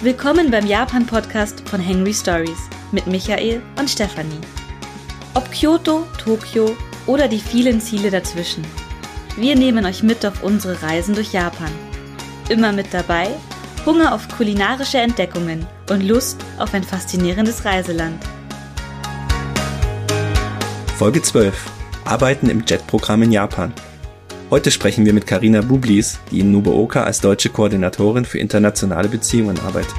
Willkommen beim Japan-Podcast von Henry Stories mit Michael und Stefanie. Ob Kyoto, Tokio oder die vielen Ziele dazwischen. Wir nehmen euch mit auf unsere Reisen durch Japan. Immer mit dabei Hunger auf kulinarische Entdeckungen und Lust auf ein faszinierendes Reiseland. Folge 12. Arbeiten im JET-Programm in Japan. Heute sprechen wir mit Carina Bublis, die in Nobuoka als deutsche Koordinatorin für internationale Beziehungen arbeitet.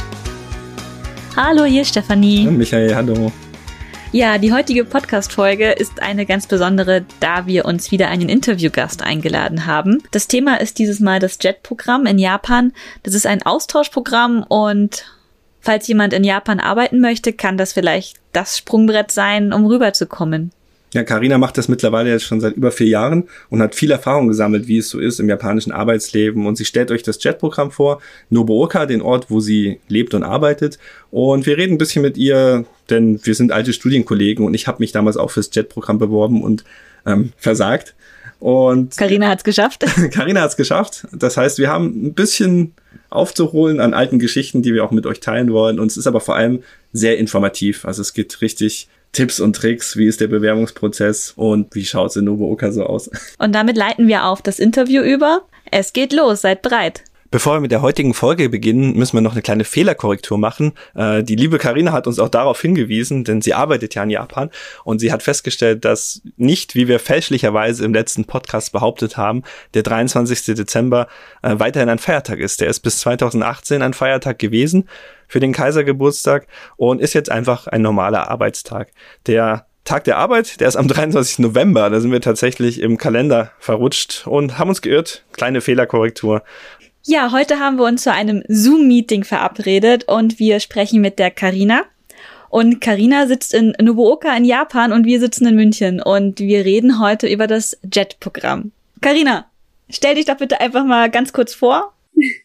Hallo, hier ist Stefanie. Und Michael, hallo. Ja, die heutige Podcast-Folge ist eine ganz besondere, da wir uns wieder einen Interviewgast eingeladen haben. Das Thema ist dieses Mal das JET-Programm in Japan. Das ist ein Austauschprogramm und falls jemand in Japan arbeiten möchte, kann das vielleicht das Sprungbrett sein, um rüberzukommen. Ja, Carina macht das mittlerweile jetzt schon seit über 4 Jahren und hat viel Erfahrung gesammelt, wie es so ist im japanischen Arbeitsleben. Und sie stellt euch das JET-Programm vor, Nobuoka, den Ort, wo sie lebt und arbeitet. Und wir reden ein bisschen mit ihr, denn wir sind alte Studienkollegen und ich habe mich damals auch fürs JET-Programm beworben und versagt. Und Carina hat's geschafft. Carina hat's geschafft. Das heißt, wir haben ein bisschen aufzuholen an alten Geschichten, die wir auch mit euch teilen wollen. Und es ist aber vor allem sehr informativ. Also es gibt richtig Tipps und Tricks, wie ist der Bewerbungsprozess und wie schaut es in Nobuoka so aus. Und damit leiten wir auf das Interview über. Es geht los, seid bereit. Bevor wir mit der heutigen Folge beginnen, müssen wir noch eine kleine Fehlerkorrektur machen. Die liebe Carina hat uns auch darauf hingewiesen, denn sie arbeitet ja in Japan und sie hat festgestellt, dass nicht, wie wir fälschlicherweise im letzten Podcast behauptet haben, der 23. Dezember weiterhin ein Feiertag ist. Der ist bis 2018 ein Feiertag gewesen für den Kaisergeburtstag und ist jetzt einfach ein normaler Arbeitstag. Der Tag der Arbeit, der ist am 23. November. Da sind wir tatsächlich im Kalender verrutscht und haben uns geirrt. Kleine Fehlerkorrektur. Ja, heute haben wir uns zu einem Zoom-Meeting verabredet und wir sprechen mit der Carina. Und Carina sitzt in Nobuoka in Japan und wir sitzen in München und wir reden heute über das JET-Programm. Carina, stell dich doch bitte einfach mal ganz kurz vor.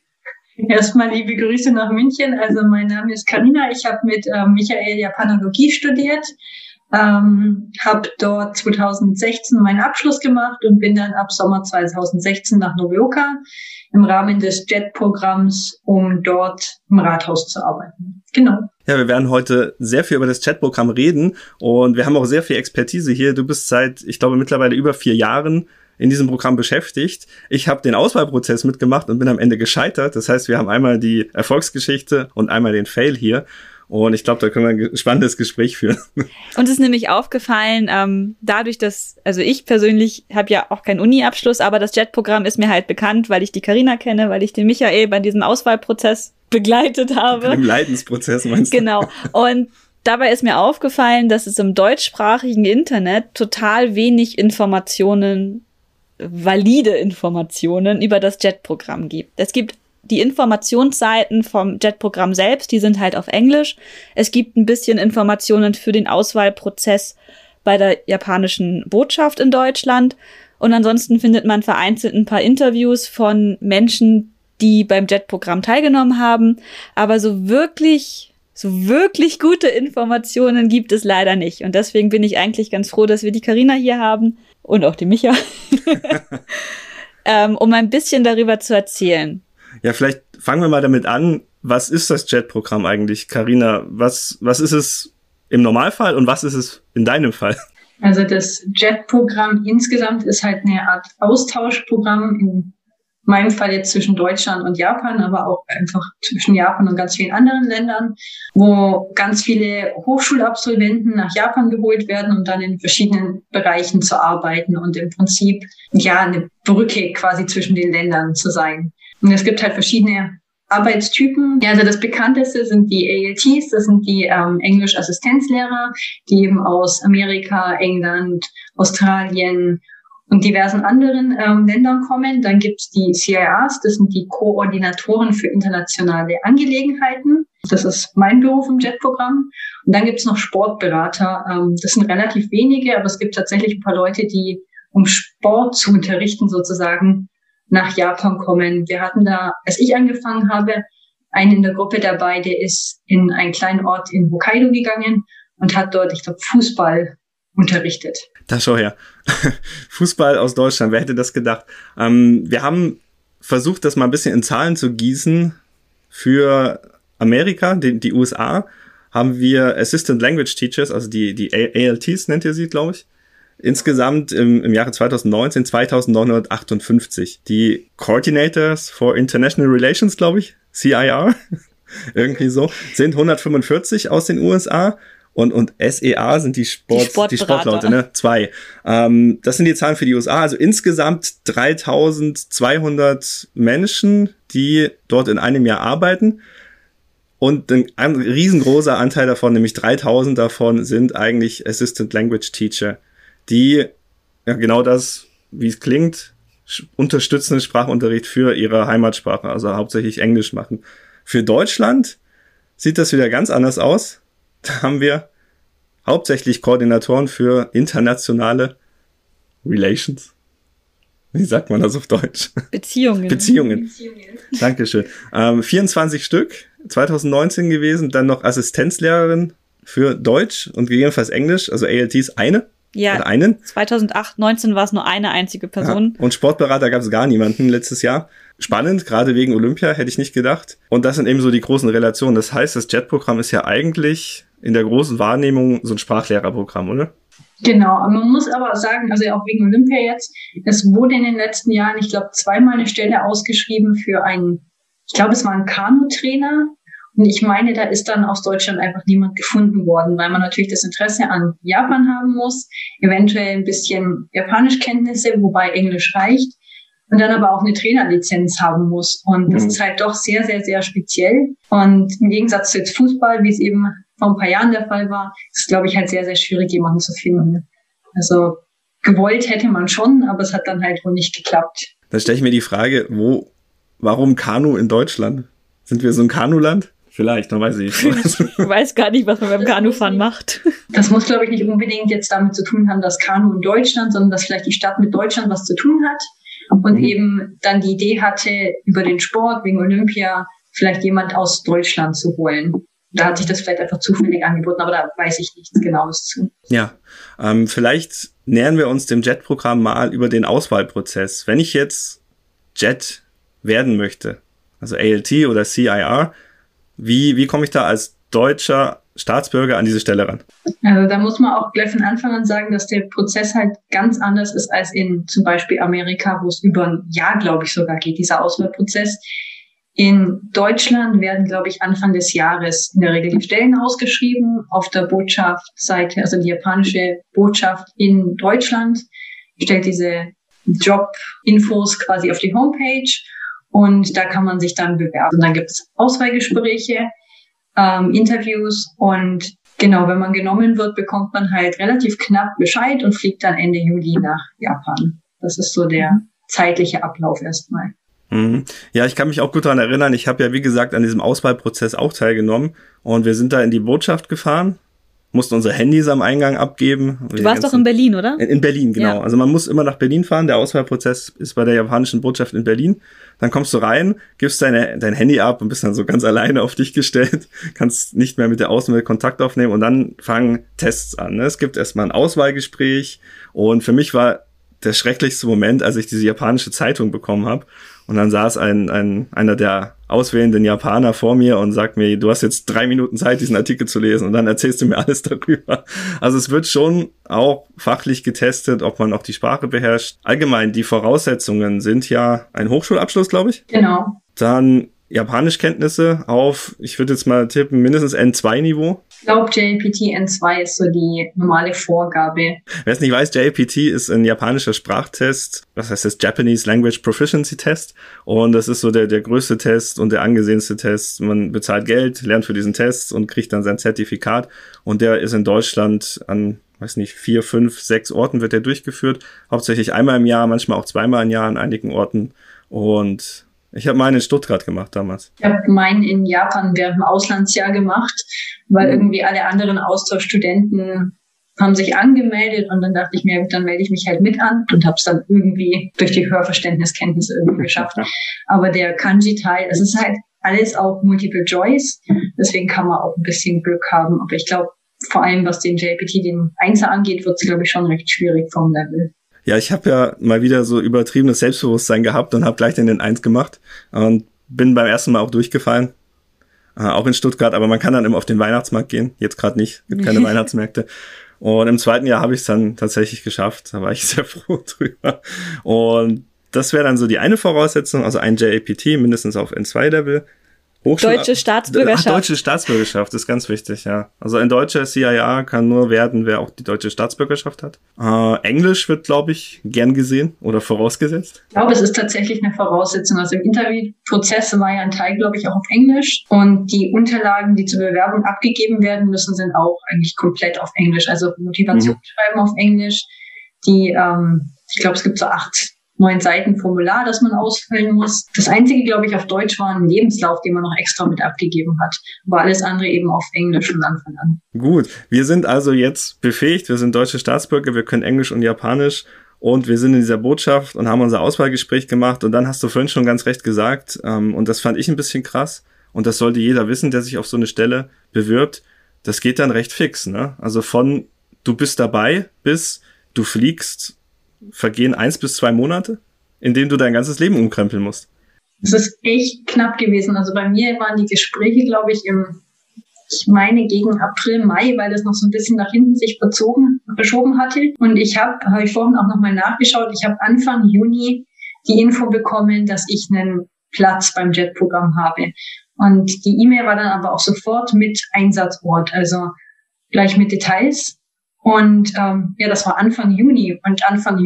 Erstmal liebe Grüße nach München. Also mein Name ist Carina. Ich habe mit Michael Japanologie studiert, habe dort 2016 meinen Abschluss gemacht und bin dann ab Sommer 2016 nach Nobuoka im Rahmen des JET-Programms, um dort im Rathaus zu arbeiten. Genau. Ja, wir werden heute sehr viel über das JET-Programm reden und wir haben auch sehr viel Expertise hier. Du bist seit, ich glaube, mittlerweile über 4 Jahren in diesem Programm beschäftigt. Ich habe den Auswahlprozess mitgemacht und bin am Ende gescheitert. Das heißt, wir haben einmal die Erfolgsgeschichte und einmal den Fail hier. Und ich glaube, da können wir ein spannendes Gespräch führen. Uns ist nämlich aufgefallen, dadurch, dass, also ich persönlich habe ja auch keinen Uni-Abschluss, aber das JET-Programm ist mir halt bekannt, weil ich die Carina kenne, weil ich den Michael bei diesem Auswahlprozess begleitet habe. Im Leidensprozess meinst du? Genau. Und dabei ist mir aufgefallen, dass es im deutschsprachigen Internet total wenig Informationen, valide Informationen über das JET-Programm gibt. Es gibt die Informationsseiten vom JET-Programm selbst, die sind halt auf Englisch. Es gibt ein bisschen Informationen für den Auswahlprozess bei der japanischen Botschaft in Deutschland. Und ansonsten findet man vereinzelt ein paar Interviews von Menschen, die beim JET-Programm teilgenommen haben. Aber so wirklich gute Informationen gibt es leider nicht. Und deswegen bin ich eigentlich ganz froh, dass wir die Carina hier haben und auch die Micha, um ein bisschen darüber zu erzählen. Ja, vielleicht fangen wir mal damit an. Was ist das JET-Programm eigentlich? Carina, was ist es im Normalfall und was ist es in deinem Fall? Also das JET-Programm insgesamt ist halt eine Art Austauschprogramm, in meinem Fall jetzt zwischen Deutschland und Japan, aber auch einfach zwischen Japan und ganz vielen anderen Ländern, wo ganz viele Hochschulabsolventen nach Japan geholt werden, um dann in verschiedenen Bereichen zu arbeiten und im Prinzip ja eine Brücke quasi zwischen den Ländern zu sein. Und es gibt halt verschiedene Arbeitstypen. Ja, also das bekannteste sind die ALTs, das sind die Englisch-Assistenzlehrer, die eben aus Amerika, England, Australien und diversen anderen Ländern kommen. Dann gibt's die CIRs, das sind die Koordinatoren für internationale Angelegenheiten. Das ist mein Beruf im JET-Programm. Und dann gibt's noch Sportberater. Das sind relativ wenige, aber es gibt tatsächlich ein paar Leute, die, um Sport zu unterrichten sozusagen, nach Japan kommen. Wir hatten da, als ich angefangen habe, einen in der Gruppe dabei, der ist in einen kleinen Ort in Hokkaido gegangen und hat dort, ich glaube, Fußball unterrichtet. Da schau her. Fußball aus Deutschland, wer hätte das gedacht? Wir haben versucht, das mal ein bisschen in Zahlen zu gießen für Amerika, die USA, haben wir Assistant Language Teachers, also die ALTs nennt ihr sie, glaube ich. Insgesamt im Jahre 2019 2958. Die Coordinators for International Relations, glaube ich, CIR, irgendwie so, sind 145 aus den USA. Und SEA sind die Sportleute, ne? 2. Das sind die Zahlen für die USA. Also insgesamt 3200 Menschen, die dort in einem Jahr arbeiten. Und ein riesengroßer Anteil davon, nämlich 3000 davon, sind eigentlich Assistant Language Teacher, die ja genau das, wie es klingt, unterstützenden Sprachunterricht für ihre Heimatsprache, also hauptsächlich Englisch machen. Für Deutschland sieht das wieder ganz anders aus. Da haben wir hauptsächlich Koordinatoren für internationale Relations. Wie sagt man das auf Deutsch? Beziehungen. Dankeschön. 24 Stück, 2019 gewesen. Dann noch Assistenzlehrerin für Deutsch und gegebenenfalls Englisch, also ALTs eine. Ja, oder einen. 2019 war es nur eine einzige Person. Ja, und Sportberater gab es gar niemanden letztes Jahr. Spannend, gerade wegen Olympia, hätte ich nicht gedacht. Und das sind eben so die großen Relationen. Das heißt, das JET-Programm ist ja eigentlich in der großen Wahrnehmung so ein Sprachlehrerprogramm, oder? Genau, man muss aber sagen, also auch wegen Olympia jetzt, es wurde in den letzten Jahren, ich glaube, 2-mal eine Stelle ausgeschrieben für ich glaube, es war ein Kanu-Trainer. Und ich meine, da ist dann aus Deutschland einfach niemand gefunden worden, weil man natürlich das Interesse an Japan haben muss, eventuell ein bisschen Japanischkenntnisse, wobei Englisch reicht, und dann aber auch eine Trainerlizenz haben muss. Und das ist halt doch sehr, sehr, sehr speziell. Und im Gegensatz zu jetzt Fußball, wie es eben vor ein paar Jahren der Fall war, ist es, glaube ich, halt sehr, sehr schwierig, jemanden zu finden. Also gewollt hätte man schon, aber es hat dann halt wohl nicht geklappt. Dann stelle ich mir die Frage, warum Kanu in Deutschland? Sind wir so ein Kanuland? Vielleicht, dann weiß ich nicht. Ich weiß gar nicht, was man beim Kanufahren macht. Das muss, glaube ich, nicht unbedingt jetzt damit zu tun haben, dass Kanu in Deutschland, sondern dass vielleicht die Stadt mit Deutschland was zu tun hat und eben dann die Idee hatte, über den Sport, wegen Olympia, vielleicht jemand aus Deutschland zu holen. Da hat sich das vielleicht einfach zufällig angeboten, aber da weiß ich nichts Genaues zu. Ja, vielleicht nähern wir uns dem JET-Programm mal über den Auswahlprozess. Wenn ich jetzt JET werden möchte, also ALT oder CIR, wie komme ich da als deutscher Staatsbürger an diese Stelle ran? Also da muss man auch gleich von Anfang an sagen, dass der Prozess halt ganz anders ist als in zum Beispiel Amerika, wo es über ein Jahr, glaube ich, sogar geht, dieser Auswahlprozess. In Deutschland werden, glaube ich, Anfang des Jahres in der Regel die Stellen ausgeschrieben auf der Botschaftsseite, also die japanische Botschaft in Deutschland stellt diese Jobinfos quasi auf die Homepage und da kann man sich dann bewerben. Und dann gibt es Auswahlgespräche, Interviews und genau, wenn man genommen wird, bekommt man halt relativ knapp Bescheid und fliegt dann Ende Juli nach Japan. Das ist so der zeitliche Ablauf erstmal. Ja, ich kann mich auch gut daran erinnern. Ich habe ja, wie gesagt, an diesem Auswahlprozess auch teilgenommen und wir sind da in die Botschaft gefahren, mussten unsere Handys am Eingang abgeben. Du warst doch in Berlin, oder? In Berlin, genau. Ja. Also man muss immer nach Berlin fahren. Der Auswahlprozess ist bei der japanischen Botschaft in Berlin. Dann kommst du rein, gibst dein Handy ab und bist dann so ganz alleine auf dich gestellt, kannst nicht mehr mit der Außenwelt Kontakt aufnehmen und dann fangen Tests an. Es gibt erstmal ein Auswahlgespräch und für mich war der schrecklichste Moment, als ich diese japanische Zeitung bekommen habe. Und dann saß einer der auswählenden Japaner vor mir und sagt mir, du hast jetzt 3 Minuten Zeit, diesen Artikel zu lesen und dann erzählst du mir alles darüber. Also es wird schon auch fachlich getestet, ob man auch die Sprache beherrscht. Allgemein, die Voraussetzungen sind ja ein Hochschulabschluss, glaube ich. Genau. Dann Japanischkenntnisse auf, ich würde jetzt mal tippen, mindestens N2-Niveau. Ich glaube, JLPT N2 ist so die normale Vorgabe. Wer es nicht weiß, JLPT ist ein japanischer Sprachtest, das heißt das Japanese Language Proficiency Test und das ist so der größte Test und der angesehenste Test. Man bezahlt Geld, lernt für diesen Test und kriegt dann sein Zertifikat und der ist in Deutschland an, weiß nicht, 4, 5, 6 Orten wird der durchgeführt, hauptsächlich einmal im Jahr, manchmal auch 2-mal im Jahr an einigen Orten und ich habe meinen in Stuttgart gemacht damals. Ich habe meinen in Japan während dem Auslandsjahr gemacht, weil irgendwie alle anderen Austauschstudenten haben sich angemeldet und dann dachte ich mir, dann melde ich mich halt mit an und habe es dann irgendwie durch die Hörverständniskenntnisse irgendwie geschafft. Aber der Kanji-Teil, es ist halt alles auch Multiple Choice, deswegen kann man auch ein bisschen Glück haben. Aber ich glaube, vor allem was den JLPT, den Einser angeht, wird es, glaube ich, schon recht schwierig vom Level. Ja, ich habe ja mal wieder so übertriebenes Selbstbewusstsein gehabt und habe gleich den 1 gemacht und bin beim ersten Mal auch durchgefallen. auch in Stuttgart, aber man kann dann immer auf den Weihnachtsmarkt gehen. Jetzt gerade nicht, gibt keine Weihnachtsmärkte. Und im zweiten Jahr habe ich es dann tatsächlich geschafft. Da war ich sehr froh drüber. Und das wäre dann so die eine Voraussetzung, also ein JAPT, mindestens auf N2-Level. Deutsche Staatsbürgerschaft. Deutsche Staatsbürgerschaft ist ganz wichtig, ja. Also ein deutscher CIA kann nur werden, wer auch die deutsche Staatsbürgerschaft hat. Englisch wird, glaube ich, gern gesehen oder vorausgesetzt. Ich glaube, es ist tatsächlich eine Voraussetzung. Also im Interviewprozess war ja ein Teil, glaube ich, auch auf Englisch. Und die Unterlagen, die zur Bewerbung abgegeben werden müssen, sind auch eigentlich komplett auf Englisch. Also Motivationsschreiben auf Englisch. Ich glaube, es gibt so 9 Seiten Formular, das man ausfüllen muss. Das einzige, glaube ich, auf Deutsch war ein Lebenslauf, den man noch extra mit abgegeben hat. Aber alles andere eben auf Englisch von Anfang an. Gut, wir sind also jetzt befähigt, wir sind deutsche Staatsbürger, wir können Englisch und Japanisch und wir sind in dieser Botschaft und haben unser Auswahlgespräch gemacht und dann hast du vorhin schon ganz recht gesagt, und das fand ich ein bisschen krass und das sollte jeder wissen, der sich auf so eine Stelle bewirbt, das geht dann recht fix, ne? Also von du bist dabei bis du fliegst, vergehen 1 bis 2 Monate, in denen du dein ganzes Leben umkrempeln musst. Es ist echt knapp gewesen. Also bei mir waren die Gespräche, glaube ich, ich meine gegen April, Mai, weil das noch so ein bisschen nach hinten sich verschoben hatte. Und habe ich vorhin auch nochmal nachgeschaut, ich habe Anfang Juni die Info bekommen, dass ich einen Platz beim JET-Programm habe. Und die E-Mail war dann aber auch sofort mit Einsatzort, also gleich mit Details. Und das war Anfang Juni und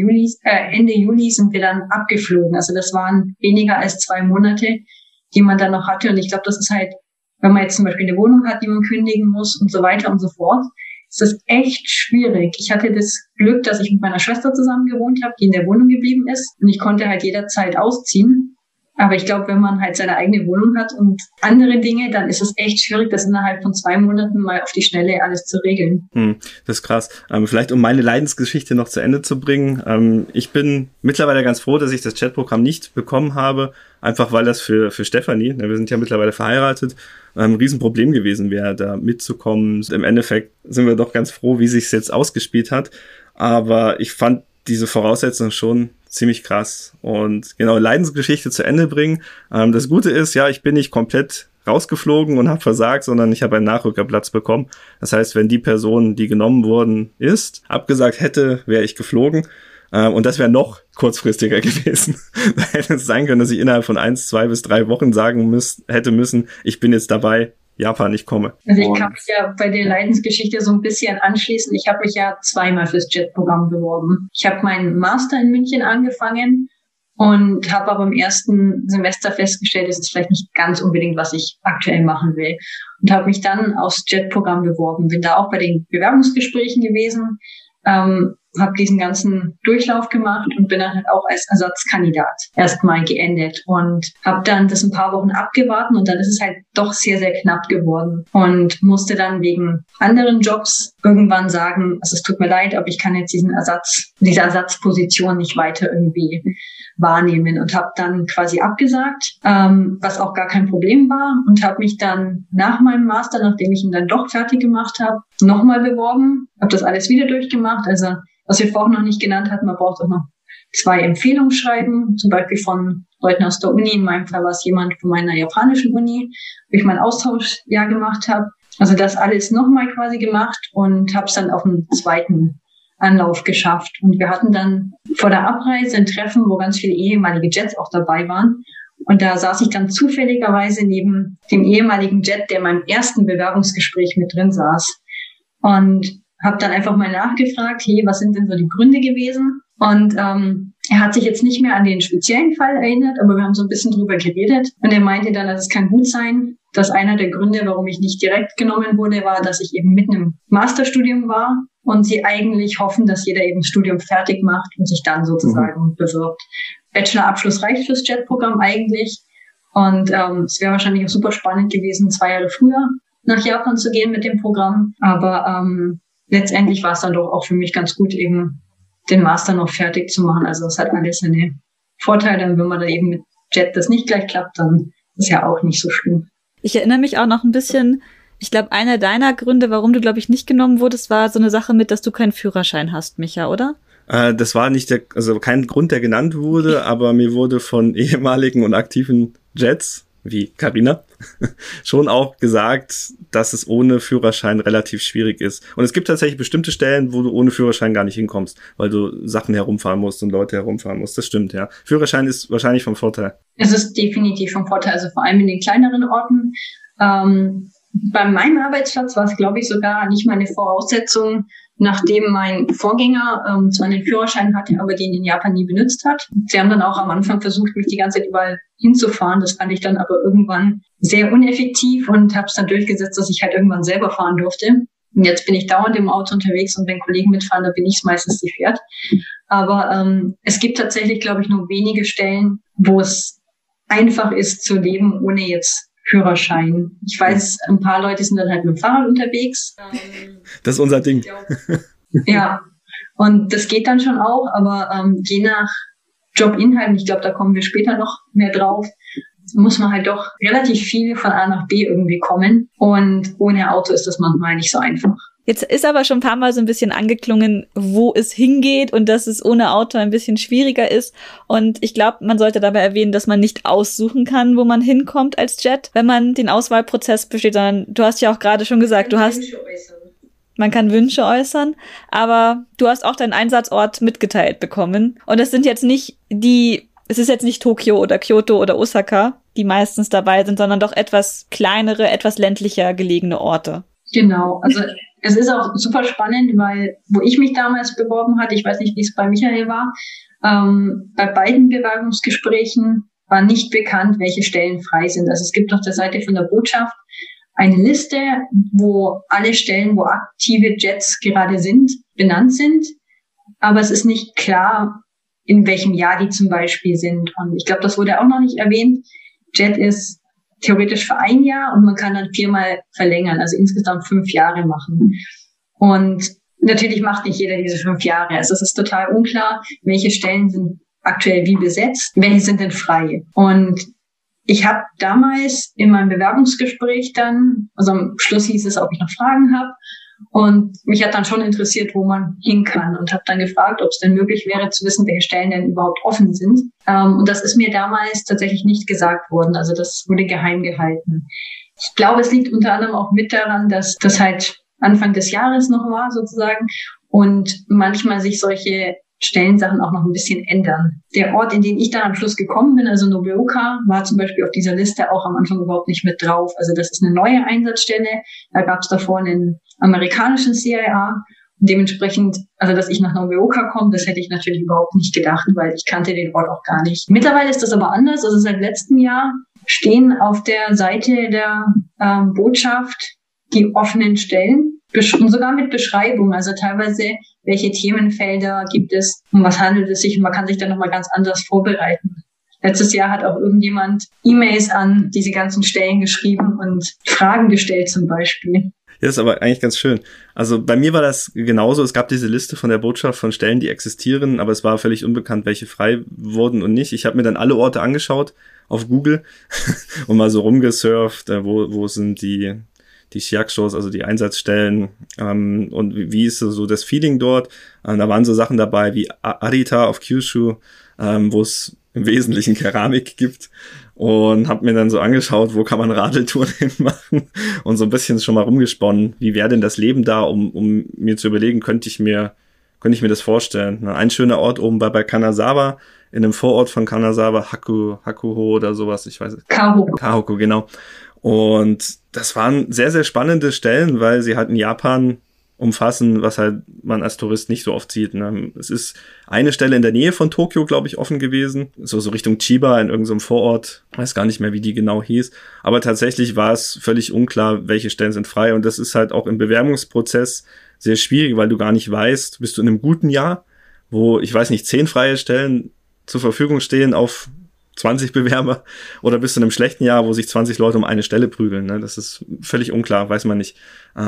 Ende Juli sind wir dann abgeflogen. Also das waren weniger als 2 Monate, die man dann noch hatte. Und ich glaube, das ist halt, wenn man jetzt zum Beispiel eine Wohnung hat, die man kündigen muss und so weiter und so fort, ist das echt schwierig. Ich hatte das Glück, dass ich mit meiner Schwester zusammen gewohnt habe, die in der Wohnung geblieben ist. Und ich konnte halt jederzeit ausziehen. Aber ich glaube, wenn man halt seine eigene Wohnung hat und andere Dinge, dann ist es echt schwierig, das innerhalb von 2 Monaten mal auf die Schnelle alles zu regeln. Das ist krass. Vielleicht um meine Leidensgeschichte noch zu Ende zu bringen. Ich bin mittlerweile ganz froh, dass ich das JET-Programm nicht bekommen habe, einfach weil das für Stefanie, wir sind ja mittlerweile verheiratet, ein Riesenproblem gewesen wäre, da mitzukommen. Im Endeffekt sind wir doch ganz froh, wie sich's jetzt ausgespielt hat. Aber ich fand diese Voraussetzung schon ziemlich krass. Und genau, Leidensgeschichte zu Ende bringen. Das Gute ist, ja, ich bin nicht komplett rausgeflogen und habe versagt, sondern ich habe einen Nachrückerplatz bekommen. Das heißt, wenn die Person, die genommen worden ist, abgesagt hätte, wäre ich geflogen. Und das wäre noch kurzfristiger gewesen. Da hätte es sein können, dass ich innerhalb von 1, 2 bis 3 Wochen sagen hätte müssen, ich bin jetzt dabei, Japan, ich komme. Also ich kann mich ja bei der Leidensgeschichte so ein bisschen anschließen. Ich habe mich ja 2-mal fürs JET-Programm beworben. Ich habe meinen Master in München angefangen und habe aber im ersten Semester festgestellt, das ist vielleicht nicht ganz unbedingt, was ich aktuell machen will. Und habe mich dann aufs JET-Programm beworben. Bin da auch bei den Bewerbungsgesprächen gewesen, habe diesen ganzen Durchlauf gemacht und bin dann halt auch als Ersatzkandidat erstmal geendet und habe dann das ein paar Wochen abgewartet und dann ist es halt doch sehr, sehr knapp geworden und musste dann wegen anderen Jobs irgendwann sagen, also es tut mir leid, aber ich kann jetzt diese Ersatzposition nicht weiter irgendwie wahrnehmen und habe dann quasi abgesagt, was auch gar kein Problem war und habe mich dann nach meinem Master, nachdem ich ihn dann doch fertig gemacht habe, nochmal beworben, habe das alles wieder durchgemacht, also was wir vorhin noch nicht genannt hatten, man braucht auch noch 2 Empfehlungsschreiben, zum Beispiel von Leuten aus der Uni. In meinem Fall war es jemand von meiner japanischen Uni, wo ich mein Austauschjahr gemacht habe. Also das alles nochmal quasi gemacht und habe es dann auf einen zweiten Anlauf geschafft. Und wir hatten dann vor der Abreise ein Treffen, wo ganz viele ehemalige Jets auch dabei waren. Und da saß ich dann zufälligerweise neben dem ehemaligen Jet, der in meinem ersten Bewerbungsgespräch mit drin saß. Und habe dann einfach mal nachgefragt, hey, was sind denn so die Gründe gewesen? Und er hat sich jetzt nicht mehr an den speziellen Fall erinnert, aber wir haben so ein bisschen drüber geredet. Und er meinte dann, dass es kann gut sein, dass einer der Gründe, warum ich nicht direkt genommen wurde, war, dass ich eben mitten im Masterstudium war und sie eigentlich hoffen, dass jeder eben das Studium fertig macht und sich dann sozusagen bewirbt. Bachelorabschluss reicht fürs JET-Programm eigentlich. Und es wäre wahrscheinlich auch super spannend gewesen, 2 Jahre früher nach Japan zu gehen mit dem Programm. Aber letztendlich war es dann doch auch für mich ganz gut, eben den Master noch fertig zu machen. Also es hat alles seine Vorteile. Und wenn man da eben mit JET das nicht gleich klappt, dann ist ja auch nicht so schlimm. Ich erinnere mich auch noch ein bisschen, ich glaube, einer deiner Gründe, warum du, glaube ich, nicht genommen wurdest, war so eine Sache mit, dass du keinen Führerschein hast, Micha, oder? Das war nicht kein Grund, der genannt wurde, aber mir wurde von ehemaligen und aktiven Jets wie Carina, schon auch gesagt, dass es ohne Führerschein relativ schwierig ist. Und es gibt tatsächlich bestimmte Stellen, wo du ohne Führerschein gar nicht hinkommst, weil du Sachen herumfahren musst und Leute herumfahren musst. Das stimmt, ja. Führerschein ist wahrscheinlich vom Vorteil. Es ist definitiv vom Vorteil, also vor allem in den kleineren Orten. Bei meinem Arbeitsplatz war es, glaube ich, sogar nicht mal eine Voraussetzung, nachdem mein Vorgänger zwar einen Führerschein hatte, aber den in Japan nie benutzt hat. Sie haben dann auch am Anfang versucht, mich die ganze Zeit überall hinzufahren. Das fand ich dann aber irgendwann sehr uneffektiv und habe es dann durchgesetzt, dass ich halt irgendwann selber fahren durfte. Und jetzt bin ich dauernd im Auto unterwegs und wenn Kollegen mitfahren, dann bin ich es meistens, die fährt. Aber es gibt tatsächlich, glaube ich, nur wenige Stellen, wo es einfach ist zu leben, ohne jetzt Führerschein. Ich weiß, ein paar Leute sind dann halt mit dem Fahrrad unterwegs. Das ist unser Ding. Ja, und das geht dann schon auch, aber je nach Jobinhalten, ich glaube, da kommen wir später noch mehr drauf, muss man halt doch relativ viel von A nach B irgendwie kommen. Und ohne Auto ist das manchmal nicht so einfach. Jetzt ist aber schon ein paar Mal so ein bisschen angeklungen, wo es hingeht und dass es ohne Auto ein bisschen schwieriger ist. Und ich glaube, man sollte dabei erwähnen, dass man nicht aussuchen kann, wo man hinkommt als Jet, wenn man den Auswahlprozess besteht, sondern du hast ja auch gerade schon gesagt, man kann Wünsche äußern, aber du hast auch deinen Einsatzort mitgeteilt bekommen. Und es sind jetzt nicht es ist jetzt nicht Tokio oder Kyoto oder Osaka, die meistens dabei sind, sondern doch etwas kleinere, etwas ländlicher gelegene Orte. Genau, also es ist auch super spannend, weil wo ich mich damals beworben hatte, ich weiß nicht, wie es bei Michael war, bei beiden Bewerbungsgesprächen war nicht bekannt, welche Stellen frei sind. Also es gibt auf der Seite von der Botschaft eine Liste, wo alle Stellen, wo aktive Jets gerade sind, benannt sind. Aber es ist nicht klar, in welchem Jahr die zum Beispiel sind. Und ich glaube, das wurde auch noch nicht erwähnt. Jet ist theoretisch für 1 Jahr und man kann dann 4-mal verlängern, also insgesamt 5 Jahre machen. Und natürlich macht nicht jeder diese 5 Jahre. Also es ist total unklar, welche Stellen sind aktuell wie besetzt, welche sind denn frei. Und ich habe damals in meinem Bewerbungsgespräch dann, also am Schluss hieß es, ob ich noch Fragen habe. Und mich hat dann schon interessiert, wo man hin kann und habe dann gefragt, ob es denn möglich wäre zu wissen, welche Stellen denn überhaupt offen sind. Und das ist mir damals tatsächlich nicht gesagt worden. Also das wurde geheim gehalten. Ich glaube, es liegt unter anderem auch mit daran, dass das halt Anfang des Jahres noch war sozusagen und manchmal sich solche Stellensachen auch noch ein bisschen ändern. Der Ort, in den ich dann am Schluss gekommen bin, also Nobeoka, war zum Beispiel auf dieser Liste auch am Anfang überhaupt nicht mit drauf. Also das ist eine neue Einsatzstelle. Da gab es davor einen amerikanischen CIA. Und dementsprechend, also dass ich nach Nobeoka komme, das hätte ich natürlich überhaupt nicht gedacht, weil ich kannte den Ort auch gar nicht. Mittlerweile ist das aber anders. Also seit letztem Jahr stehen auf der Seite der Botschaft die offenen Stellen und sogar mit Beschreibung, also teilweise, welche Themenfelder gibt es, um was handelt es sich und man kann sich dann nochmal ganz anders vorbereiten. Letztes Jahr hat auch irgendjemand E-Mails an diese ganzen Stellen geschrieben und Fragen gestellt zum Beispiel. Ja, ist aber eigentlich ganz schön. Also bei mir war das genauso. Es gab diese Liste von der Botschaft von Stellen, die existieren, aber es war völlig unbekannt, welche frei wurden und nicht. Ich habe mir dann alle Orte angeschaut auf Google und mal so rumgesurft, wo sind die Shiakshows, also die Einsatzstellen, und wie ist so das Feeling dort. Da waren so Sachen dabei wie Arita auf Kyushu, wo es im Wesentlichen Keramik gibt, und habe mir dann so angeschaut, wo kann man Radeltouren hinmachen und so ein bisschen schon mal rumgesponnen, wie wäre denn das Leben da, um mir zu überlegen, könnte ich mir das vorstellen. Ein schöner Ort oben bei Kanazawa, in einem Vorort von Kanazawa, Hakuho oder sowas, ich weiß es. Kahoku, genau. Und das waren sehr, sehr spannende Stellen, weil sie halt in Japan umfassen, was halt man als Tourist nicht so oft sieht. Ne? Es ist eine Stelle in der Nähe von Tokio, glaube ich, offen gewesen. So Richtung Chiba in irgendeinem Vorort. Weiß gar nicht mehr, wie die genau hieß. Aber tatsächlich war es völlig unklar, welche Stellen sind frei. Und das ist halt auch im Bewerbungsprozess sehr schwierig, weil du gar nicht weißt, bist du in einem guten Jahr, wo, ich weiß nicht, 10 freie Stellen zur Verfügung stehen auf 20 Bewerber, oder bist du in einem schlechten Jahr, wo sich 20 Leute um eine Stelle prügeln, ne? Das ist völlig unklar, weiß man nicht.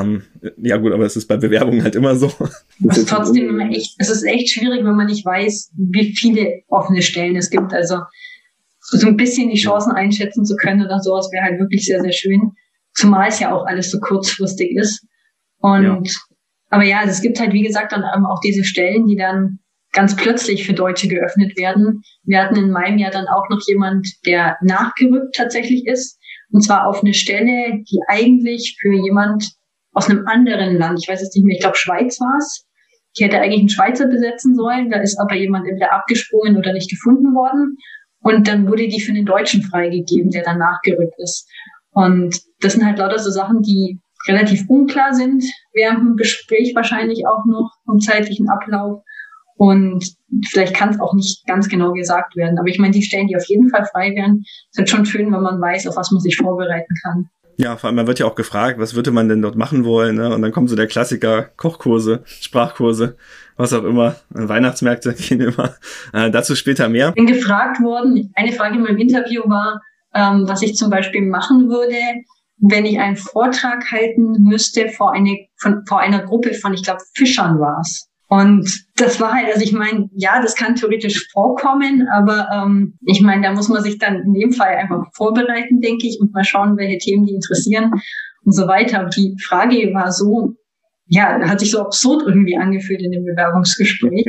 Ja gut, aber es ist bei Bewerbungen halt immer so. Es ist trotzdem es ist echt schwierig, wenn man nicht weiß, wie viele offene Stellen es gibt. Also so ein bisschen die Chancen einschätzen zu können oder sowas wäre halt wirklich sehr, sehr schön. Zumal es ja auch alles so kurzfristig ist. Und aber ja, also es gibt halt, wie gesagt, dann auch diese Stellen, die dann ganz plötzlich für Deutsche geöffnet werden. Wir hatten in meinem Jahr dann auch noch jemand, der nachgerückt tatsächlich ist. Und zwar auf eine Stelle, die eigentlich für jemand aus einem anderen Land, ich weiß jetzt nicht mehr, ich glaube Schweiz war es, die hätte eigentlich einen Schweizer besetzen sollen. Da ist aber jemand entweder abgesprungen oder nicht gefunden worden. Und dann wurde die für den Deutschen freigegeben, der dann nachgerückt ist. Und das sind halt lauter so Sachen, die relativ unklar sind während dem Gespräch wahrscheinlich auch noch vom zeitlichen Ablauf. Und vielleicht kann es auch nicht ganz genau gesagt werden. Aber ich meine, die Stellen, die auf jeden Fall frei wären, sind schon schön, wenn man weiß, auf was man sich vorbereiten kann. Ja, vor allem, man wird ja auch gefragt, was würde man denn dort machen wollen, ne? Und dann kommt so der Klassiker, Kochkurse, Sprachkurse, was auch immer, Weihnachtsmärkte gehen immer. Dazu später mehr. Ich bin gefragt worden, eine Frage in meinem Interview war, was ich zum Beispiel machen würde, wenn ich einen Vortrag halten müsste vor einer Gruppe von, ich glaube, Fischern war es. Und das war halt, also ich meine, ja, das kann theoretisch vorkommen, aber ich meine, da muss man sich dann in dem Fall einfach vorbereiten, denke ich, und mal schauen, welche Themen die interessieren und so weiter. Aber die Frage war so, ja, hat sich so absurd irgendwie angefühlt in dem Bewerbungsgespräch.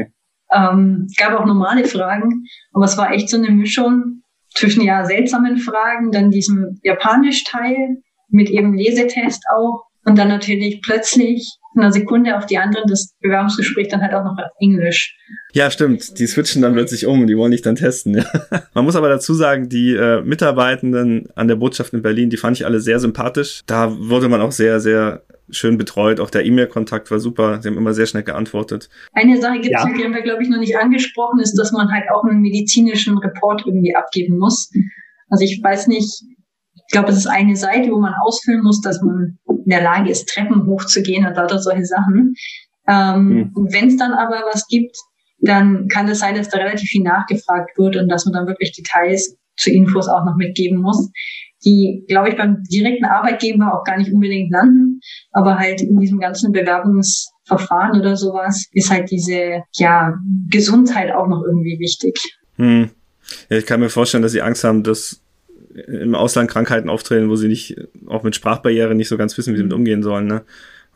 Gab auch normale Fragen, aber es war echt so eine Mischung zwischen ja seltsamen Fragen, dann diesem Japanisch-Teil mit eben Lesetest auch und dann natürlich plötzlich von einer Sekunde auf die andere das Bewerbungsgespräch dann halt auch noch auf Englisch. Ja, stimmt. Die switchen dann plötzlich um, die wollen dich dann testen. Ja. Man muss aber dazu sagen, die Mitarbeitenden an der Botschaft in Berlin, die fand ich alle sehr sympathisch. Da wurde man auch sehr, sehr schön betreut. Auch der E-Mail-Kontakt war super. Sie haben immer sehr schnell geantwortet. Eine Sache gibt es, die haben wir, glaube ich, noch nicht angesprochen, ist, dass man halt auch einen medizinischen Report irgendwie abgeben muss. Also ich weiß nicht, ich glaube, es ist eine Seite, wo man ausfüllen muss, dass man in der Lage ist, Treppen hochzugehen und lauter solche Sachen. Und wenn es dann aber was gibt, dann kann es sein, dass da relativ viel nachgefragt wird und dass man dann wirklich Details zu Infos auch noch mitgeben muss, die, glaube ich, beim direkten Arbeitgeber auch gar nicht unbedingt landen, aber halt in diesem ganzen Bewerbungsverfahren oder sowas ist halt diese, ja, Gesundheit auch noch irgendwie wichtig. Ja, ich kann mir vorstellen, dass sie Angst haben, dass im Ausland Krankheiten auftreten, wo sie nicht, auch mit Sprachbarriere nicht so ganz wissen, wie sie mit umgehen sollen, ne?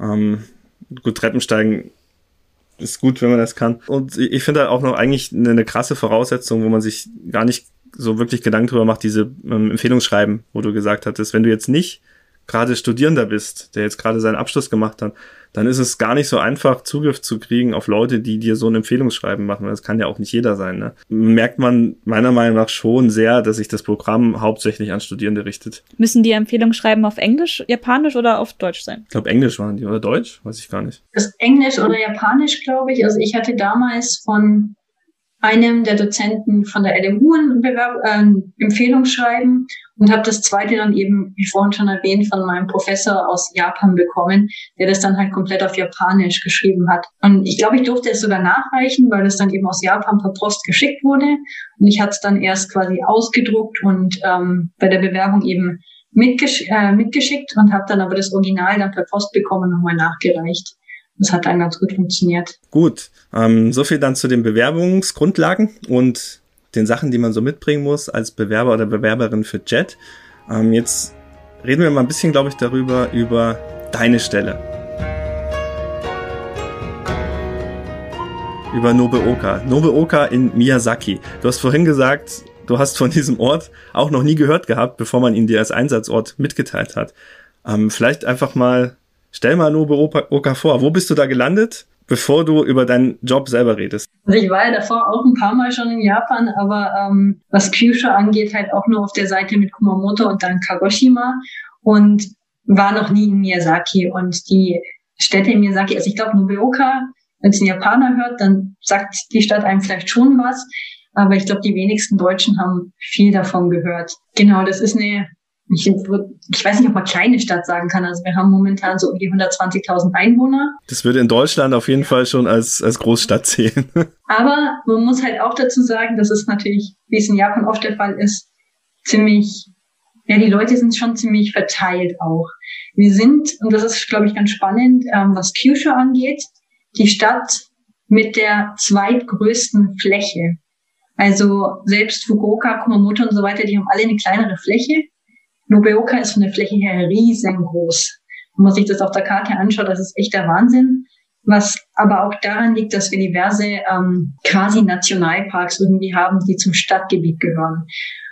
Gut, Treppensteigen ist gut, wenn man das kann. Und ich finde halt auch noch eigentlich eine krasse Voraussetzung, wo man sich gar nicht so wirklich Gedanken drüber macht, diese Empfehlungsschreiben, wo du gesagt hattest, wenn du jetzt nicht gerade Studierender bist, der jetzt gerade seinen Abschluss gemacht hat, dann ist es gar nicht so einfach, Zugriff zu kriegen auf Leute, die dir so ein Empfehlungsschreiben machen, weil das kann ja auch nicht jeder sein, ne? Merkt man meiner Meinung nach schon sehr, dass sich das Programm hauptsächlich an Studierende richtet. Müssen die Empfehlungsschreiben auf Englisch, Japanisch oder auf Deutsch sein? Ich glaube, Englisch waren die, oder Deutsch? Weiß ich gar nicht. Das ist Englisch oder Japanisch, glaube ich. Also ich hatte damals von einem der Dozenten von der LMU ein Empfehlungsschreiben und habe das zweite dann eben, wie vorhin schon erwähnt, von meinem Professor aus Japan bekommen, der das dann halt komplett auf Japanisch geschrieben hat. Und ich glaube, ich durfte es sogar nachreichen, weil es dann eben aus Japan per Post geschickt wurde. Und ich hatte es dann erst quasi ausgedruckt und bei der Bewerbung eben mitgeschickt und habe dann aber das Original dann per Post bekommen und nochmal nachgereicht. Das hat dann ganz gut funktioniert. Gut, so viel dann zu den Bewerbungsgrundlagen und den Sachen, die man so mitbringen muss als Bewerber oder Bewerberin für JET. Jetzt reden wir mal ein bisschen, glaube ich, über deine Stelle. Über Nobeoka. Nobeoka in Miyazaki. Du hast vorhin gesagt, du hast von diesem Ort auch noch nie gehört gehabt, bevor man ihn dir als Einsatzort mitgeteilt hat. Vielleicht einfach mal, stell mal Nobeoka vor. Wo bist du da gelandet, bevor du über deinen Job selber redest? Also ich war ja davor auch ein paar Mal schon in Japan, aber was Kyushu angeht, halt auch nur auf der Seite mit Kumamoto und dann Kagoshima und war noch nie in Miyazaki. Und die Städte in Miyazaki, also ich glaube Nobeoka, wenn es ein Japaner hört, dann sagt die Stadt einem vielleicht schon was, aber ich glaube, die wenigsten Deutschen haben viel davon gehört. Genau, das ist ich weiß nicht, ob man kleine Stadt sagen kann. Also wir haben momentan so um die 120.000 Einwohner. Das würde in Deutschland auf jeden Fall schon als Großstadt zählen. Aber man muss halt auch dazu sagen, dass es natürlich, wie es in Japan oft der Fall ist, die Leute sind schon ziemlich verteilt auch. Wir sind, und das ist, glaube ich, ganz spannend, was Kyushu angeht, die Stadt mit der zweitgrößten Fläche. Also selbst Fukuoka, Kumamoto und so weiter, die haben alle eine kleinere Fläche. Nobeoka ist von der Fläche her riesengroß. Wenn man sich das auf der Karte anschaut, das ist echt der Wahnsinn. was aber auch daran liegt, dass wir diverse quasi Nationalparks irgendwie haben, die zum Stadtgebiet gehören.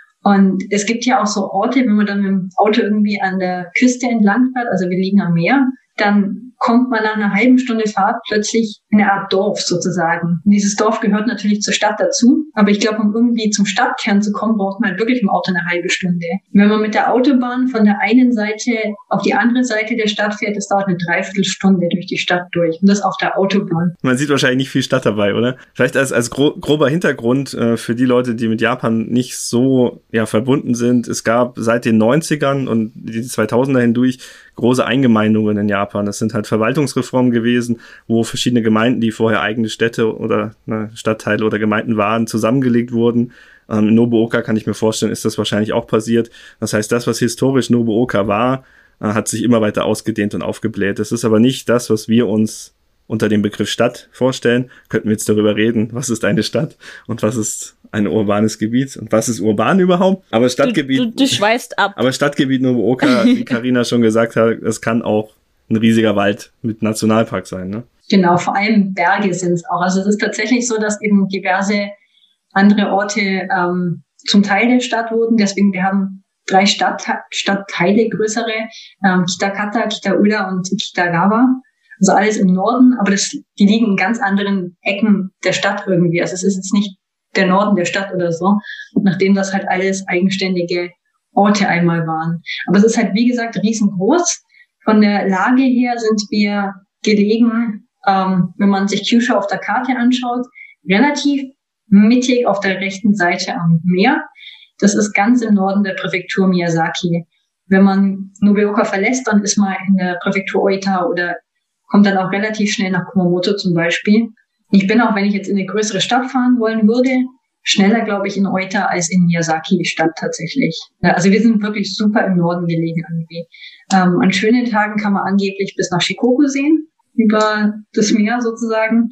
Und es gibt ja auch so Orte, wenn man dann mit dem Auto irgendwie an der Küste entlang fährt, also wir liegen am Meer, dann kommt man nach einer halben Stunde Fahrt plötzlich in eine Art Dorf sozusagen. Und dieses Dorf gehört natürlich zur Stadt dazu, aber ich glaube, um irgendwie zum Stadtkern zu kommen, braucht man halt wirklich im Auto eine halbe Stunde. Wenn man mit der Autobahn von der einen Seite auf die andere Seite der Stadt fährt, das dauert eine Dreiviertelstunde durch die Stadt durch und das auf der Autobahn. Man sieht wahrscheinlich nicht viel Stadt dabei, oder? Vielleicht als grober Hintergrund für die Leute, die mit Japan nicht so verbunden sind. Es gab seit den 90ern und die 2000er hindurch große Eingemeindungen in Japan. Das sind halt Verwaltungsreformen gewesen, wo verschiedene Gemeinden, die vorher eigene Städte oder Stadtteile oder Gemeinden waren, zusammengelegt wurden. In Nobuoka kann ich mir vorstellen, ist das wahrscheinlich auch passiert. Das heißt, das, was historisch Nobuoka war, hat sich immer weiter ausgedehnt und aufgebläht. Das ist aber nicht das, was wir uns unter dem Begriff Stadt vorstellen. Könnten wir jetzt darüber reden, was ist eine Stadt und was ist ein urbanes Gebiet und was ist urban überhaupt? Aber Stadtgebiet, du schweifst ab. Aber Stadtgebiet Nobuoka, wie Carina schon gesagt hat, es kann auch ein riesiger Wald mit Nationalpark sein, ne? Genau, vor allem Berge sind es auch. Also es ist tatsächlich so, dass eben diverse andere Orte zum Teil der Stadt wurden. Deswegen, wir haben 3 Stadtteile, größere, Kitakata, Kitaura und Kitagawa. Also alles im Norden, aber die liegen in ganz anderen Ecken der Stadt irgendwie. Also es ist jetzt nicht der Norden der Stadt oder so, nachdem das halt alles eigenständige Orte einmal waren. Aber es ist halt, wie gesagt, riesengroß. Von der Lage her sind wir gelegen, wenn man sich Kyushu auf der Karte anschaut, relativ mittig auf der rechten Seite am Meer. Das ist ganz im Norden der Präfektur Miyazaki. Wenn man Nobuoka verlässt, dann ist man in der Präfektur Oita oder kommt dann auch relativ schnell nach Kumamoto zum Beispiel. Ich bin auch, wenn ich jetzt in eine größere Stadt fahren wollen würde, schneller, glaube ich, in Oita als in Miyazaki Stadt tatsächlich. Also wir sind wirklich super im Norden gelegen irgendwie. An schönen Tagen kann man angeblich bis nach Shikoku sehen, über das Meer sozusagen.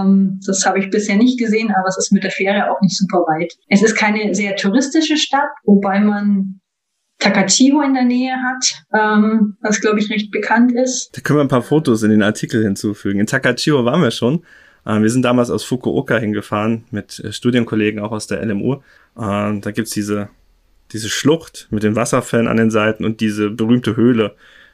Das habe ich bisher nicht gesehen, aber es ist mit der Fähre auch nicht super weit. Es ist keine sehr touristische Stadt, wobei man Takachiho in der Nähe hat, was, glaube ich, recht bekannt ist. Da können wir ein paar Fotos in den Artikel hinzufügen. In Takachiho waren wir schon. Wir sind damals aus Fukuoka hingefahren mit Studienkollegen auch aus der LMU. Da gibt's diese Schlucht mit den Wasserfällen an den Seiten und diese berühmte Höhle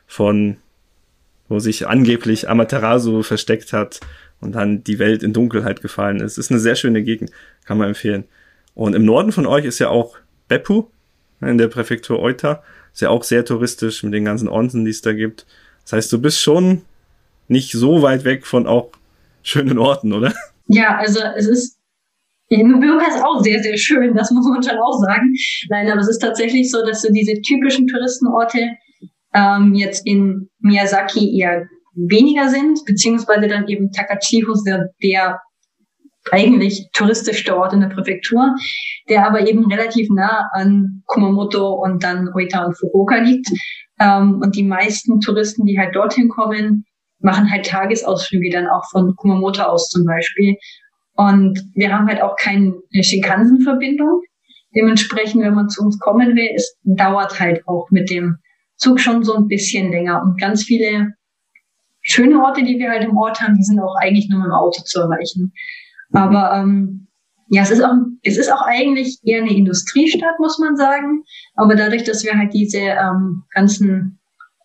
wo sich angeblich Amaterasu versteckt hat und dann die Welt in Dunkelheit gefallen ist. Ist eine sehr schöne Gegend, kann man empfehlen. Und im Norden von euch ist ja auch Beppu in der Präfektur Oita. Ist ja auch sehr touristisch mit den ganzen Onsen, die es da gibt. Das heißt, du bist schon nicht so weit weg von auch schönen Orten, oder? Ja, also Nobuoka ist auch sehr, sehr schön, das muss man schon auch sagen. Nein, aber es ist tatsächlich so, dass so diese typischen Touristenorte jetzt in Miyazaki eher weniger sind, beziehungsweise dann eben Takachiho, der eigentlich touristischste Ort in der Präfektur, der aber eben relativ nah an Kumamoto und dann Oita und Fukuoka liegt. Und die meisten Touristen, die halt dorthin kommen, machen halt Tagesausflüge dann auch von Kumamoto aus zum Beispiel. Und wir haben halt auch keine Shinkansen-Verbindung. Dementsprechend, wenn man zu uns kommen will, es dauert halt auch mit dem Zug schon so ein bisschen länger. Und ganz viele schöne Orte, die wir halt im Ort haben, die sind auch eigentlich nur mit dem Auto zu erreichen. Aber es ist auch eigentlich eher eine Industriestadt, muss man sagen. Aber dadurch, dass wir halt diese ganzen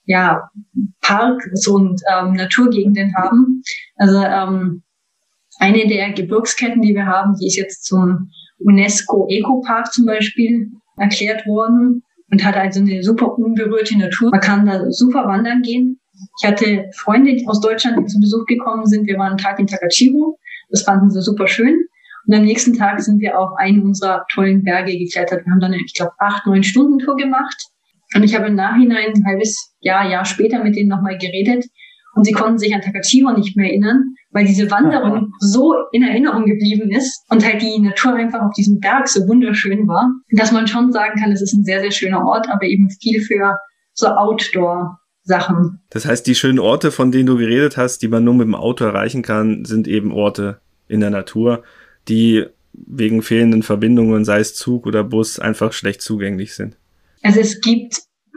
Parks und Naturgegenden haben, also eine der Gebirgsketten, die wir haben, die ist jetzt zum UNESCO-Eco-Park zum Beispiel erklärt worden und hat also eine super unberührte Natur. Man kann da super wandern gehen. Ich hatte Freunde, die aus Deutschland zu Besuch gekommen sind. Wir waren einen Tag in Takachiho. Das fanden sie super schön. Und am nächsten Tag sind wir auf einen unserer tollen Berge geklettert. Wir haben dann, ich glaube, 8-9 Stunden Tour gemacht. Und ich habe im Nachhinein ein halbes Jahr später mit denen nochmal geredet. Und sie konnten sich an Takachiho nicht mehr erinnern, weil diese Wanderung so in Erinnerung geblieben ist und halt die Natur einfach auf diesem Berg so wunderschön war, dass man schon sagen kann, es ist ein sehr, sehr schöner Ort, aber eben viel für so Outdoor-Sachen. Das heißt, die schönen Orte, von denen du geredet hast, die man nur mit dem Auto erreichen kann, sind eben Orte in der Natur, die wegen fehlenden Verbindungen, sei es Zug oder Bus, einfach schlecht zugänglich sind. Also es gibt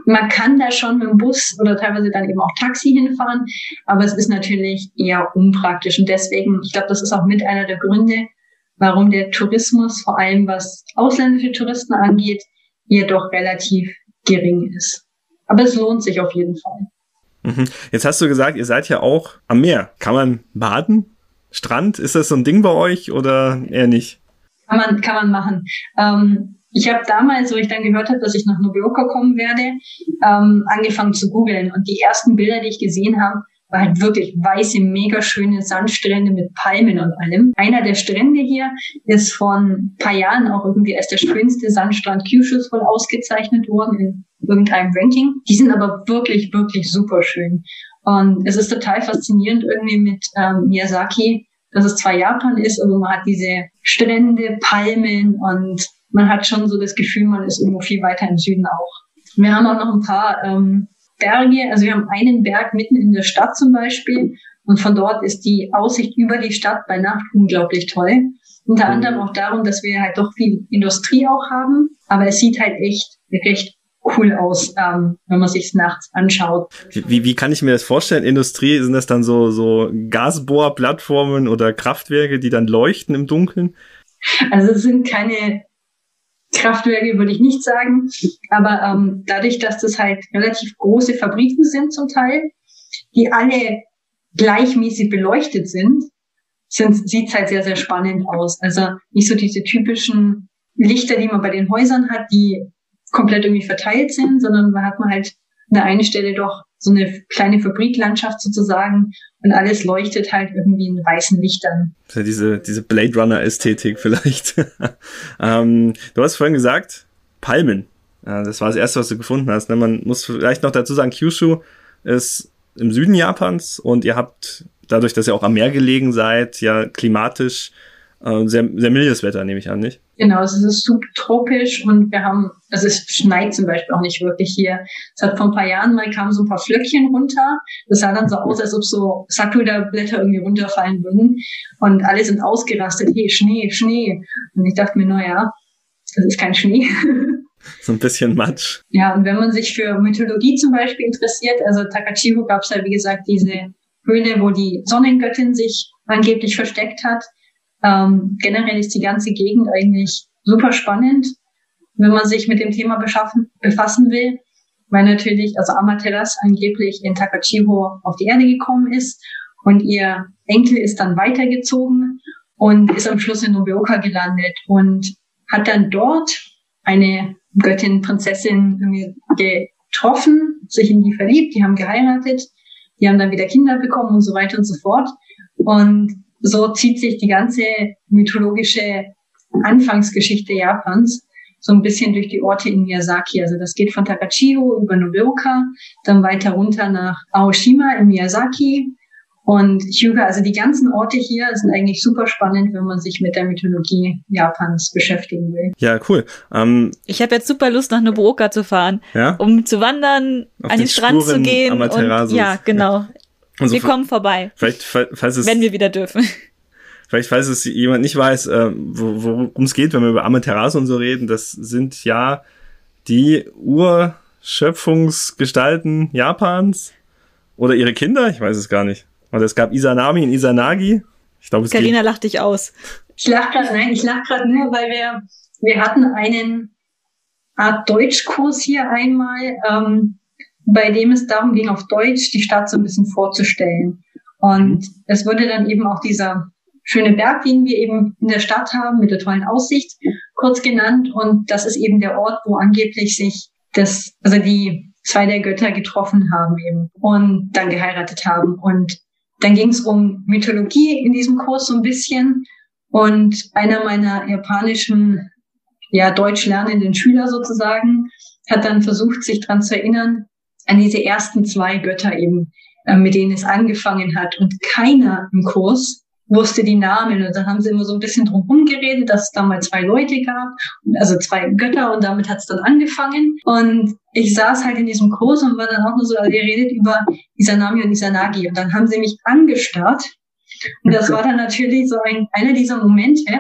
man kann da schon mit dem Bus oder teilweise dann eben auch Taxi hinfahren, aber es ist natürlich eher unpraktisch. Und deswegen, ich glaube, das ist auch mit einer der Gründe, warum der Tourismus, vor allem was ausländische Touristen angeht, hier doch relativ gering ist. Aber es lohnt sich auf jeden Fall. Jetzt hast du gesagt, ihr seid ja auch am Meer. Kann man baden? Strand? Ist das so ein Ding bei euch oder eher nicht? Kann man machen. Ich habe damals, wo ich dann gehört habe, dass ich nach Nobeoka kommen werde, angefangen zu googeln. Und die ersten Bilder, die ich gesehen habe, war halt wirklich weiße, mega schöne Sandstrände mit Palmen und allem. Einer der Strände hier ist vor ein paar Jahren auch irgendwie als der schönste Sandstrand Kyushus wohl ausgezeichnet worden in irgendeinem Ranking. Die sind aber wirklich, wirklich super schön. Und es ist total faszinierend irgendwie mit Miyazaki, dass es zwar Japan ist, aber man hat diese Strände, Palmen und man hat schon so das Gefühl, man ist irgendwo viel weiter im Süden auch. Wir haben auch noch ein paar Berge, also wir haben einen Berg mitten in der Stadt zum Beispiel und von dort ist die Aussicht über die Stadt bei Nacht unglaublich toll. Unter anderem auch darum, dass wir halt doch viel Industrie auch haben, aber es sieht halt echt recht cool aus, wenn man sich's nachts anschaut. Wie kann ich mir das vorstellen? Industrie, sind das dann so Gasbohrplattformen oder Kraftwerke, die dann leuchten im Dunkeln? Also es sind keine Kraftwerke, würde ich nicht sagen, aber dadurch, dass das halt relativ große Fabriken sind zum Teil, die alle gleichmäßig beleuchtet sind, sieht's halt sehr, sehr spannend aus. Also nicht so diese typischen Lichter, die man bei den Häusern hat, die komplett irgendwie verteilt sind, sondern man hat halt an der einen Stelle doch so eine kleine Fabriklandschaft sozusagen und alles leuchtet halt irgendwie in weißen Lichtern. Ja, diese Blade Runner Ästhetik vielleicht. Du hast vorhin gesagt, Palmen. Das war das Erste, was du gefunden hast. Man muss vielleicht noch dazu sagen, Kyushu ist im Süden Japans und ihr habt, dadurch, dass ihr auch am Meer gelegen seid, ja klimatisch sehr, sehr mildes Wetter, nehme ich an, nicht? Genau, es ist subtropisch und es schneit zum Beispiel auch nicht wirklich hier. Es hat vor ein paar Jahren mal kamen so ein paar Flöckchen runter. Das sah dann so aus, als ob so Sakura-Blätter irgendwie runterfallen würden. Und alle sind ausgerastet. Hey, Schnee, Schnee. Und ich dachte mir, naja, das ist kein Schnee. So ein bisschen Matsch. Ja, und wenn man sich für Mythologie zum Beispiel interessiert, also Takachiho gab es ja, wie gesagt, diese Höhle, wo die Sonnengöttin sich angeblich versteckt hat. Generell ist die ganze Gegend eigentlich super spannend, wenn man sich mit dem Thema befassen will, weil natürlich, also Amaterasu angeblich in Takachiho auf die Erde gekommen ist und ihr Enkel ist dann weitergezogen und ist am Schluss in Nobeoka gelandet und hat dann dort eine Göttin, Prinzessin irgendwie getroffen, sich in die verliebt, die haben geheiratet, die haben dann wieder Kinder bekommen und so weiter und so fort. Und so zieht sich die ganze mythologische Anfangsgeschichte Japans so ein bisschen durch die Orte in Miyazaki. Also das geht von Takachiho über Nobeoka, dann weiter runter nach Aoshima in Miyazaki und Hyuga. Also die ganzen Orte hier sind eigentlich super spannend, wenn man sich mit der Mythologie Japans beschäftigen will. Ja, cool. Ich habe jetzt super Lust, nach Nobeoka zu fahren, ja? Um zu wandern, an den Strand zu gehen. Und, ja, genau. Ja. Wir kommen vorbei, vielleicht, falls es, wenn wir wieder dürfen. Vielleicht, falls es jemand nicht weiß, worum es geht, wenn wir über Amaterasu und so reden, das sind ja die Urschöpfungsgestalten Japans oder ihre Kinder, ich weiß es gar nicht. Und es gab Izanami und Izanagi. Ich glaube, Carina lacht dich aus. Ich lach gerade nur, weil wir hatten einen Art Deutschkurs hier einmal, bei dem es darum ging, auf Deutsch die Stadt so ein bisschen vorzustellen. Und es wurde dann eben auch dieser schöne Berg, den wir eben in der Stadt haben, mit der tollen Aussicht, kurz genannt. Und das ist eben der Ort, wo angeblich sich die zwei der Götter getroffen haben eben und dann geheiratet haben. Und dann ging es um Mythologie in diesem Kurs so ein bisschen. Und einer meiner japanischen, deutsch lernenden Schüler sozusagen hat dann versucht, sich dran zu erinnern, an diese ersten zwei Götter eben, mit denen es angefangen hat. Und keiner im Kurs wusste die Namen. Und dann haben sie immer so ein bisschen drum rumgeredet, dass es da mal zwei Leute gab, also zwei Götter, und damit hat es dann angefangen. Und ich saß halt in diesem Kurs und war dann auch nur so, ihr redet über Izanami und Izanagi. Und dann haben sie mich angestarrt. Und das war dann natürlich so einer dieser Momente,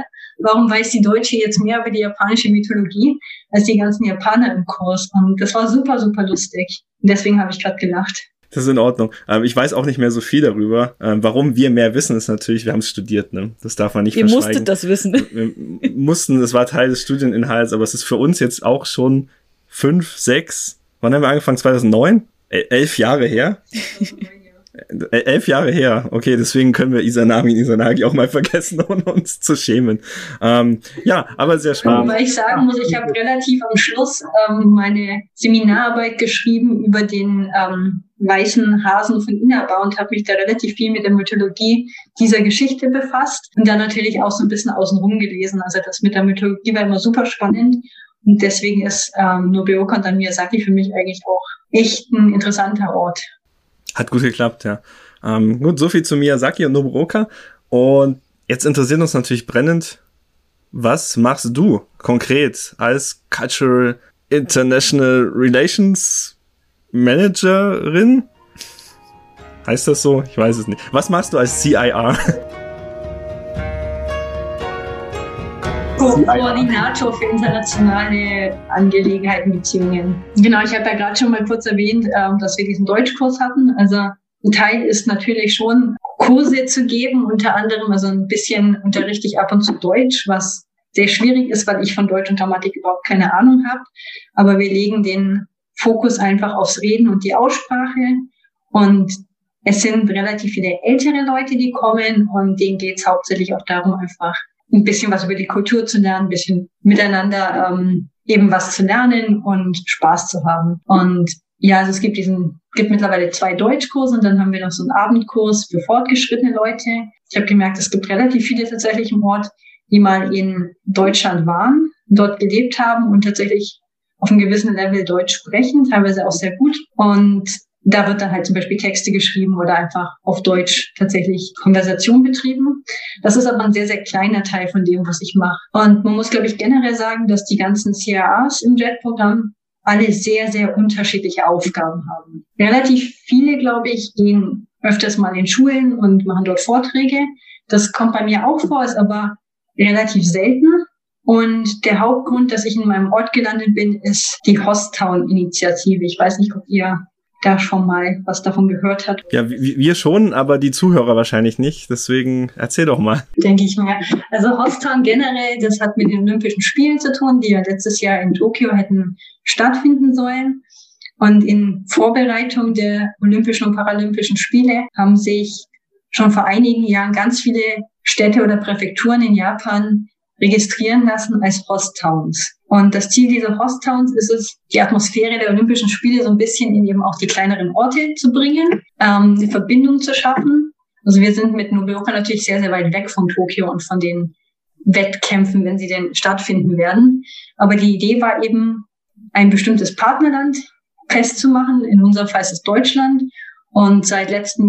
warum weiß die Deutsche jetzt mehr über die japanische Mythologie als die ganzen Japaner im Kurs? Und das war super, super lustig. Und deswegen habe ich gerade gelacht. Das ist in Ordnung. Ich weiß auch nicht mehr so viel darüber. Warum wir mehr wissen, ist natürlich, wir haben es studiert, ne? Das darf man nicht verschweigen. Ihr musstet das wissen. Wir mussten, das war Teil des Studieninhalts, aber es ist für uns jetzt auch schon 5, 6, wann haben wir angefangen? 2009? 11 Jahre her? 11 Jahre her. Okay, deswegen können wir Izanami und Izanagi auch mal vergessen, ohne uns zu schämen. Ja, aber sehr spannend. Weil ich sagen muss, ich habe relativ am Schluss meine Seminararbeit geschrieben über den weißen Hasen von Inaba und habe mich da relativ viel mit der Mythologie dieser Geschichte befasst und dann natürlich auch so ein bisschen außenrum gelesen. Also das mit der Mythologie war immer super spannend und deswegen ist Nobeoka und dann Miyazaki für mich eigentlich auch echt ein interessanter Ort. Hat gut geklappt, ja. Gut, so viel zu Miyazaki und Nobuoka. Und jetzt interessiert uns natürlich brennend, was machst du konkret als Cultural International Relations Managerin? Heißt das so? Ich weiß es nicht. Was machst du als CIR? Koordinator für internationale Angelegenheiten, Beziehungen. Genau, ich habe ja gerade schon mal kurz erwähnt, dass wir diesen Deutschkurs hatten. Also ein Teil ist natürlich schon, Kurse zu geben, unter anderem, also ein bisschen unterrichte ich ab und zu Deutsch, was sehr schwierig ist, weil ich von Deutsch und Grammatik überhaupt keine Ahnung habe. Aber wir legen den Fokus einfach aufs Reden und die Aussprache. Und es sind relativ viele ältere Leute, die kommen und denen geht es hauptsächlich auch darum, einfach ein bisschen was über die Kultur zu lernen, ein bisschen miteinander eben was zu lernen und Spaß zu haben. Und ja, also es gibt mittlerweile 2 Deutschkurse und dann haben wir noch so einen Abendkurs für fortgeschrittene Leute. Ich habe gemerkt, es gibt relativ viele tatsächlich im Ort, die mal in Deutschland waren, dort gelebt haben und tatsächlich auf einem gewissen Level Deutsch sprechen, teilweise auch sehr gut. Und da wird dann halt zum Beispiel Texte geschrieben oder einfach auf Deutsch tatsächlich Konversation betrieben. Das ist aber ein sehr, sehr kleiner Teil von dem, was ich mache. Und man muss, glaube ich, generell sagen, dass die ganzen CRAs im JET-Programm alle sehr, sehr unterschiedliche Aufgaben haben. Relativ viele, glaube ich, gehen öfters mal in Schulen und machen dort Vorträge. Das kommt bei mir auch vor, ist aber relativ selten. Und der Hauptgrund, dass ich in meinem Ort gelandet bin, ist die Hosttown-Initiative. Ich weiß nicht, ob ihr da schon mal was davon gehört hat. Ja, wir schon, aber die Zuhörer wahrscheinlich nicht. Deswegen erzähl doch mal. Denke ich mir. Also Hosttown generell, das hat mit den Olympischen Spielen zu tun, die ja letztes Jahr in Tokio hätten stattfinden sollen. Und in Vorbereitung der Olympischen und Paralympischen Spiele haben sich schon vor einigen Jahren ganz viele Städte oder Präfekturen in Japan registrieren lassen als Hosttowns. Und das Ziel dieser Hosttowns ist es, die Atmosphäre der Olympischen Spiele so ein bisschen in eben auch die kleineren Orte zu bringen, eine Verbindung zu schaffen. Also wir sind mit Nobeoka natürlich sehr, sehr weit weg von Tokio und von den Wettkämpfen, wenn sie denn stattfinden werden. Aber die Idee war eben, ein bestimmtes Partnerland festzumachen. In unserem Fall ist es Deutschland und seit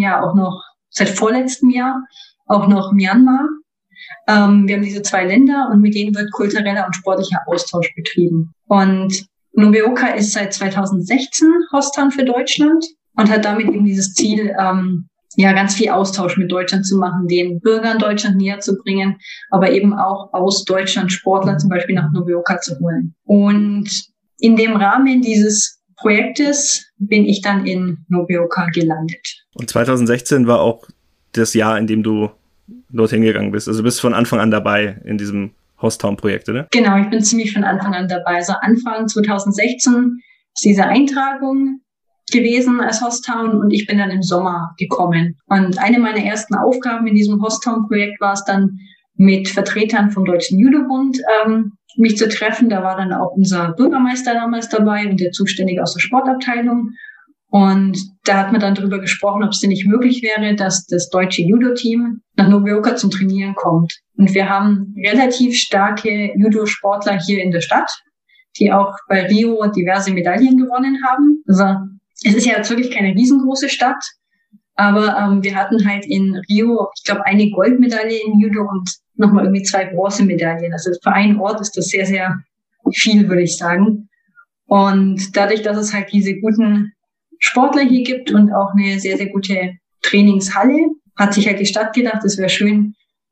vorletztem Jahr auch noch Myanmar. Wir haben diese 2 Länder und mit denen wird kultureller und sportlicher Austausch betrieben. Und Nobeoka ist seit 2016 Hosttown für Deutschland und hat damit eben dieses Ziel, ganz viel Austausch mit Deutschland zu machen, den Bürgern Deutschland näher zu bringen, aber eben auch aus Deutschland Sportler zum Beispiel nach Nobeoka zu holen. Und in dem Rahmen dieses Projektes bin ich dann in Nobeoka gelandet. Und 2016 war auch das Jahr, in dem du dorthin gegangen bist. Also du bist von Anfang an dabei in diesem Hosttown-Projekt, oder? Genau, ich bin ziemlich von Anfang an dabei. Also Anfang 2016 ist diese Eintragung gewesen als Hosttown und ich bin dann im Sommer gekommen. Und eine meiner ersten Aufgaben in diesem Hosttown-Projekt war es dann, mit Vertretern vom Deutschen Judobund mich zu treffen. Da war dann auch unser Bürgermeister damals dabei und der Zuständige aus der Sportabteilung. Und da hat man dann darüber gesprochen, ob es denn nicht möglich wäre, dass das deutsche Judo-Team nach Nobeoka zum Trainieren kommt. Und wir haben relativ starke Judo-Sportler hier in der Stadt, die auch bei Rio diverse Medaillen gewonnen haben. Also es ist ja jetzt wirklich keine riesengroße Stadt, aber wir hatten halt in Rio, ich glaube, eine Goldmedaille in Judo und nochmal irgendwie 2 Bronzemedaillen. Also für einen Ort ist das sehr, sehr viel, würde ich sagen. Und dadurch, dass es halt diese guten Sportler hier gibt und auch eine sehr, sehr gute Trainingshalle, hat sich halt die Stadt gedacht, es wäre schön,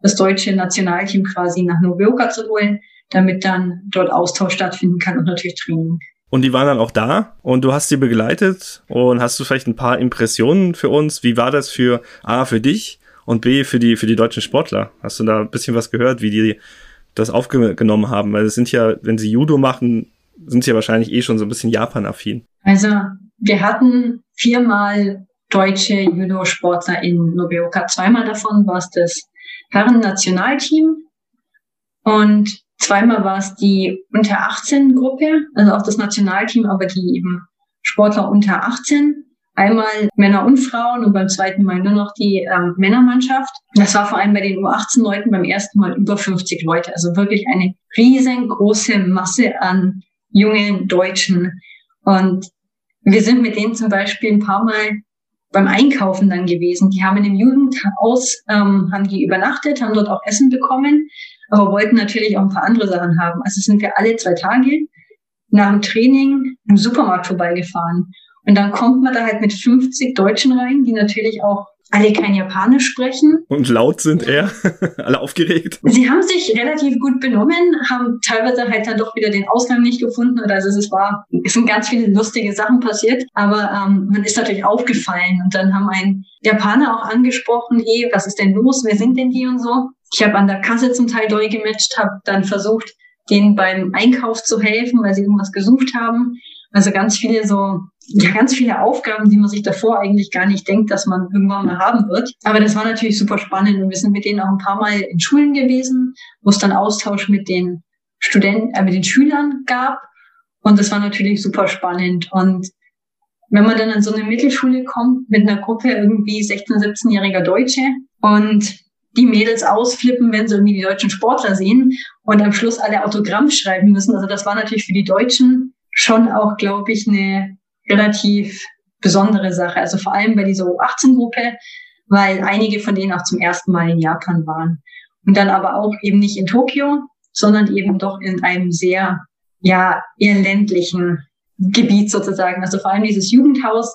das deutsche Nationalteam quasi nach Nobeoka zu holen, damit dann dort Austausch stattfinden kann und natürlich Training. Und die waren dann auch da und du hast sie begleitet und hast du vielleicht ein paar Impressionen für uns? Wie war das für A, für dich und B, für die deutschen Sportler? Hast du da ein bisschen was gehört, wie die das aufgenommen haben? Weil es sind ja, wenn sie Judo machen, sind sie ja wahrscheinlich schon so ein bisschen Japan-affin. Also wir hatten 4-mal deutsche Judo-Sportler in Nobeoka. 2-mal davon war es das Herren-Nationalteam und 2-mal war es die Unter-18-Gruppe, also auch das Nationalteam, aber die eben Sportler unter 18. Einmal Männer und Frauen und beim zweiten Mal nur noch die Männermannschaft. Das war vor allem bei den U18-Leuten beim ersten Mal über 50 Leute. Also wirklich eine riesengroße Masse an jungen Deutschen. Und wir sind mit denen zum Beispiel ein paar Mal beim Einkaufen dann gewesen. Die haben in dem Jugendhaus haben die übernachtet, haben dort auch Essen bekommen, aber wollten natürlich auch ein paar andere Sachen haben. Also sind wir alle 2 Tage nach dem Training im Supermarkt vorbeigefahren. Und dann kommt man da halt mit 50 Deutschen rein, die natürlich auch alle kein Japanisch sprechen. Und laut sind eher, alle aufgeregt. Sie haben sich relativ gut benommen, haben teilweise halt dann doch wieder den Ausgang nicht gefunden. Oder also es sind ganz viele lustige Sachen passiert, aber man ist natürlich aufgefallen. Und dann haben ein Japaner auch angesprochen, hey, was ist denn los, wer sind denn die und so. Ich habe an der Kasse zum Teil durchgematcht, habe dann versucht, denen beim Einkauf zu helfen, weil sie irgendwas gesucht haben. Also ganz viele Aufgaben, die man sich davor eigentlich gar nicht denkt, dass man irgendwann mal haben wird. Aber das war natürlich super spannend und wir sind mit denen auch ein paar Mal in Schulen gewesen, wo es dann Austausch mit den mit den Schülern gab. Und das war natürlich super spannend. Und wenn man dann an so eine Mittelschule kommt mit einer Gruppe irgendwie 16-, 17-jähriger Deutsche und die Mädels ausflippen, wenn sie irgendwie die deutschen Sportler sehen und am Schluss alle Autogramm schreiben müssen. Also das war natürlich für die Deutschen schon auch, glaube ich, eine relativ besondere Sache. Also vor allem bei dieser U18-Gruppe, weil einige von denen auch zum ersten Mal in Japan waren. Und dann aber auch eben nicht in Tokio, sondern eben doch in einem sehr, eher ländlichen Gebiet sozusagen. Also vor allem dieses Jugendhaus,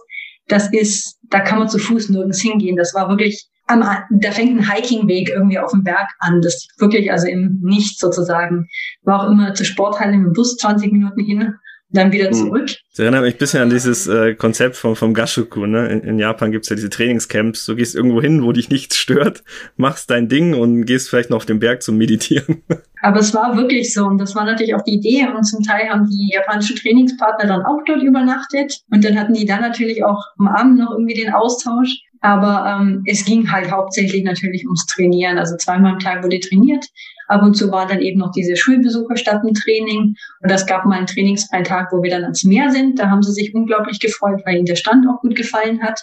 da kann man zu Fuß nirgends hingehen. Das war wirklich, da fängt ein Hikingweg irgendwie auf dem Berg an. Das wirklich, also im Nichts sozusagen. War auch immer zur Sporthalle mit dem Bus 20 Minuten hin. Dann wieder zurück. Das erinnert mich ein bisschen an dieses Konzept vom Gashuku, ne? In Japan gibt's ja diese Trainingscamps. Du gehst irgendwo hin, wo dich nichts stört, machst dein Ding und gehst vielleicht noch auf den Berg zum Meditieren. Aber es war wirklich so und das war natürlich auch die Idee und zum Teil haben die japanischen Trainingspartner dann auch dort übernachtet und dann hatten die dann natürlich auch am Abend noch irgendwie den Austausch. Aber es ging halt hauptsächlich natürlich ums Trainieren. Also 2-mal am Tag wurde trainiert. Ab und zu war dann eben noch diese Schulbesuche statt dem Training. Und es gab mal einen trainingsfreien Tag, wo wir dann ans Meer sind. Da haben sie sich unglaublich gefreut, weil ihnen der Stand auch gut gefallen hat.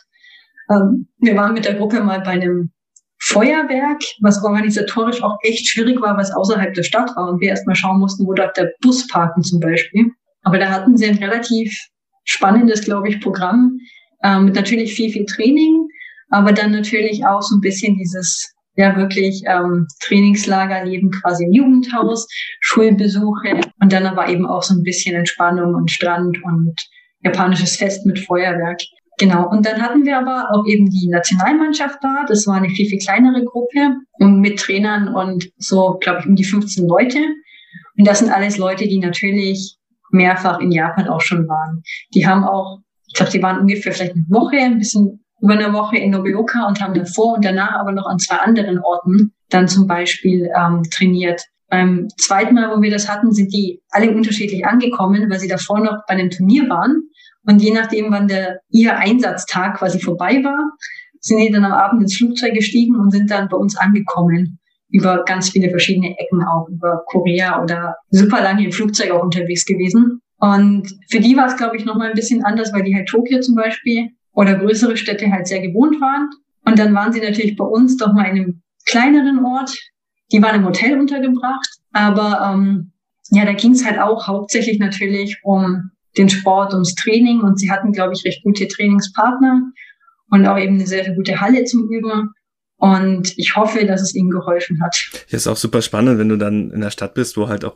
Wir waren mit der Gruppe mal bei einem Feuerwerk, was organisatorisch auch echt schwierig war, weil es außerhalb der Stadt war. Und wir erst mal schauen mussten, wo darf der Bus parken zum Beispiel. Aber da hatten sie ein relativ spannendes, glaube ich, Programm mit natürlich viel Training. Aber dann natürlich auch so ein bisschen dieses, wirklich Trainingslagerleben quasi im Jugendhaus, Schulbesuche und dann aber eben auch so ein bisschen Entspannung und Strand und japanisches Fest mit Feuerwerk. Genau. Und dann hatten wir aber auch eben die Nationalmannschaft da. Das war eine viel kleinere Gruppe und mit Trainern und so, glaube ich, um die 15 Leute. Und das sind alles Leute, die natürlich mehrfach in Japan auch schon waren. Die haben auch, ich glaube, die waren ungefähr vielleicht eine Woche, ein bisschen über eine Woche in Nobeoka und haben davor und danach aber noch an 2 anderen Orten dann zum Beispiel trainiert. Beim zweiten Mal, wo wir das hatten, sind die alle unterschiedlich angekommen, weil sie davor noch bei einem Turnier waren. Und je nachdem, wann ihr Einsatztag quasi vorbei war, sind die dann am Abend ins Flugzeug gestiegen und sind dann bei uns angekommen. Über ganz viele verschiedene Ecken auch, über Korea oder super lange im Flugzeug auch unterwegs gewesen. Und für die war es, glaube ich, nochmal ein bisschen anders, weil die halt Tokio zum Beispiel oder größere Städte halt sehr gewohnt waren. Und dann waren sie natürlich bei uns doch mal in einem kleineren Ort. Die waren im Hotel untergebracht. Aber da ging es halt auch hauptsächlich natürlich um den Sport, ums Training. Und sie hatten, glaube ich, recht gute Trainingspartner und auch eben eine sehr, sehr gute Halle zum Üben. Und ich hoffe, dass es ihnen geholfen hat. Ja, ist auch super spannend, wenn du dann in der Stadt bist, wo halt auch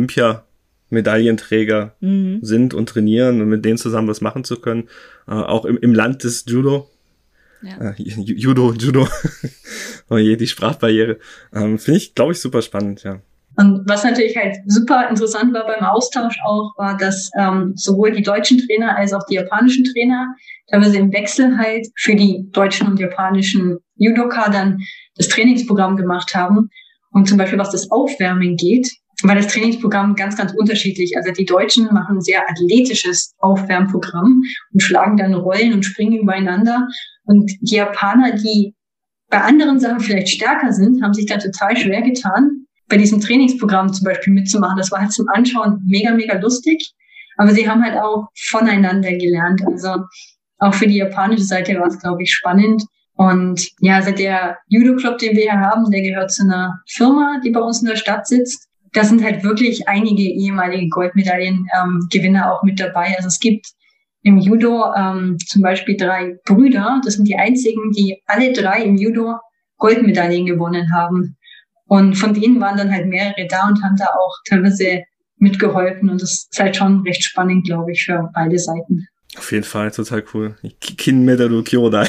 Medaillenträger sind und trainieren und mit denen zusammen was machen zu können. Auch im Land des Judo. Judo. Oh je, die Sprachbarriere. Finde ich, glaube ich, super spannend, ja. Und was natürlich halt super interessant war beim Austausch auch, war, dass sowohl die deutschen Trainer als auch die japanischen Trainer teilweise im Wechsel halt für die deutschen und japanischen Judoka dann das Trainingsprogramm gemacht haben. Und zum Beispiel, was das Aufwärmen geht, war das Trainingsprogramm ganz, ganz unterschiedlich. Also die Deutschen machen ein sehr athletisches Aufwärmprogramm und schlagen dann Rollen und springen übereinander. Und die Japaner, die bei anderen Sachen vielleicht stärker sind, haben sich da total schwer getan, bei diesem Trainingsprogramm zum Beispiel mitzumachen. Das war halt zum Anschauen mega, mega lustig. Aber sie haben halt auch voneinander gelernt. Also auch für die japanische Seite war es, glaube ich, spannend. Und ja, also der Judo-Club, den wir hier haben, der gehört zu einer Firma, die bei uns in der Stadt sitzt. Da sind halt wirklich einige ehemalige Goldmedaillengewinner auch mit dabei. Also es gibt im Judo zum Beispiel 3 Brüder. Das sind die einzigen, die alle 3 im Judo Goldmedaillen gewonnen haben. Und von denen waren dann halt mehrere da und haben da auch teilweise mitgeholfen. Und das ist halt schon recht spannend, glaube ich, für beide Seiten. Auf jeden Fall, total cool. Kinmedaru Kyodai.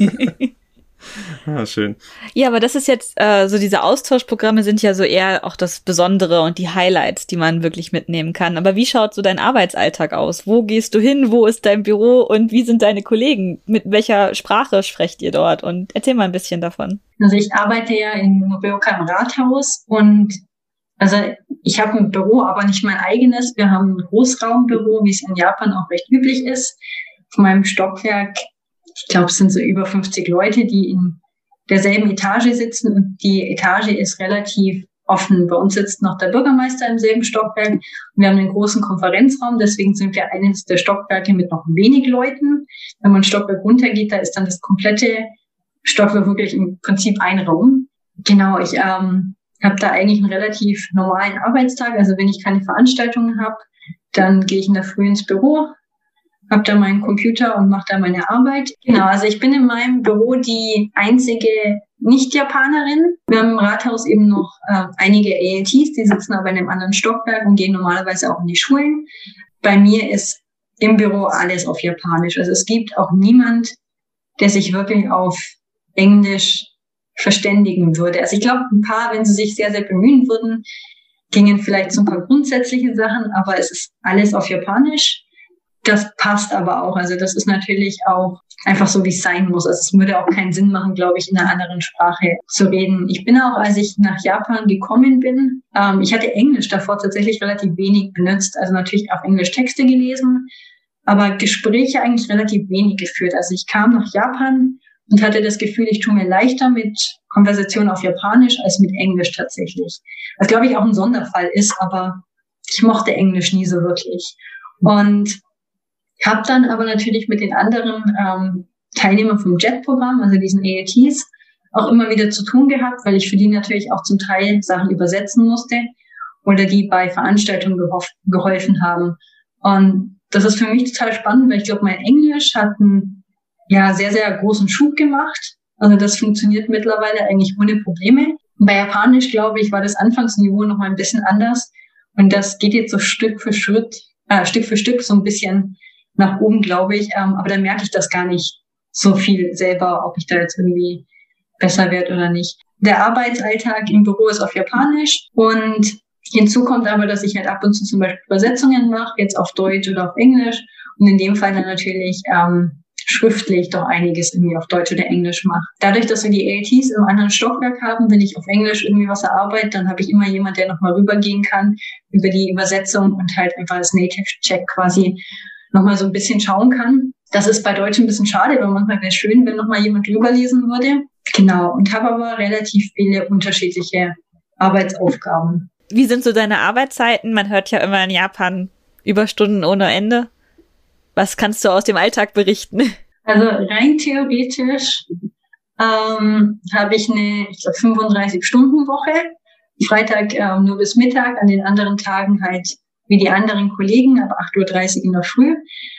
Ah, schön. Ja, aber das ist jetzt, so diese Austauschprogramme sind ja so eher auch das Besondere und die Highlights, die man wirklich mitnehmen kann. Aber wie schaut so dein Arbeitsalltag aus? Wo gehst du hin? Wo ist dein Büro? Und wie sind deine Kollegen? Mit welcher Sprache sprecht ihr dort? Und erzähl mal ein bisschen davon. Also ich arbeite ja in Nobeoka im Rathaus und also ich habe ein Büro, aber nicht mein eigenes. Wir haben ein Großraumbüro, wie es in Japan auch recht üblich ist. Auf meinem Stockwerk, ich glaube, es sind so über 50 Leute, die in derselben Etage sitzen und die Etage ist relativ offen. Bei uns sitzt noch der Bürgermeister im selben Stockwerk und wir haben einen großen Konferenzraum, deswegen sind wir eines der Stockwerke mit noch wenig Leuten. Wenn man ein Stockwerk runtergeht, da ist dann das komplette Stockwerk wirklich im Prinzip ein Raum. Genau, ich habe da eigentlich einen relativ normalen Arbeitstag. Also wenn ich keine Veranstaltungen habe, dann gehe ich in der Früh ins Büro, habe da meinen Computer und mache da meine Arbeit. Genau, also ich bin in meinem Büro die einzige Nicht-Japanerin. Wir haben im Rathaus eben noch einige ALTs, die sitzen aber in einem anderen Stockwerk und gehen normalerweise auch in die Schulen. Bei mir ist im Büro alles auf Japanisch. Also es gibt auch niemand, der sich wirklich auf Englisch verständigen würde. Also ich glaube, ein paar, wenn sie sich sehr, sehr bemühen würden, gingen vielleicht so ein paar grundsätzliche Sachen, aber es ist alles auf Japanisch. Das passt aber auch. Also das ist natürlich auch einfach so, wie es sein muss. Also es würde auch keinen Sinn machen, glaube ich, in einer anderen Sprache zu reden. Ich bin auch, als ich nach Japan gekommen bin, ich hatte Englisch davor tatsächlich relativ wenig benutzt. Also natürlich auf Englisch Texte gelesen, aber Gespräche eigentlich relativ wenig geführt. Also ich kam nach Japan und hatte das Gefühl, ich tue mir leichter mit Konversation auf Japanisch als mit Englisch tatsächlich. Was, glaube ich, auch ein Sonderfall ist, aber ich mochte Englisch nie so wirklich. Und habe dann aber natürlich mit den anderen Teilnehmern vom JET-Programm, also diesen ALTs, auch immer wieder zu tun gehabt, weil ich für die natürlich auch zum Teil Sachen übersetzen musste oder die bei Veranstaltungen geholfen haben. Und das ist für mich total spannend, weil ich glaube, mein Englisch hat einen sehr, sehr großen Schub gemacht. Also das funktioniert mittlerweile eigentlich ohne Probleme. Bei Japanisch, glaube ich, war das Anfangsniveau noch mal ein bisschen anders. Und das geht jetzt so Stück für Stück so ein bisschen nach oben, glaube ich. Aber da merke ich das gar nicht so viel selber, ob ich da jetzt irgendwie besser werde oder nicht. Der Arbeitsalltag im Büro ist auf Japanisch und hinzu kommt aber, dass ich halt ab und zu zum Beispiel Übersetzungen mache, jetzt auf Deutsch oder auf Englisch und in dem Fall dann natürlich schriftlich doch einiges irgendwie auf Deutsch oder Englisch mache. Dadurch, dass wir die ALTs im anderen Stockwerk haben, wenn ich auf Englisch irgendwie was erarbeite, dann habe ich immer jemand, der nochmal rübergehen kann über die Übersetzung und halt einfach als Native-Check quasi nochmal so ein bisschen schauen kann. Das ist bei Deutsch ein bisschen schade, weil manchmal wäre es schön, wenn nochmal jemand rüberlesen würde. Genau, und habe aber relativ viele unterschiedliche Arbeitsaufgaben. Wie sind so deine Arbeitszeiten? Man hört ja immer in Japan Überstunden ohne Ende. Was kannst du aus dem Alltag berichten? Also rein theoretisch habe ich eine, 35-Stunden-Woche. Freitag nur bis Mittag, an den anderen Tagen halt wie die anderen Kollegen, ab 8.30 Uhr in der Früh.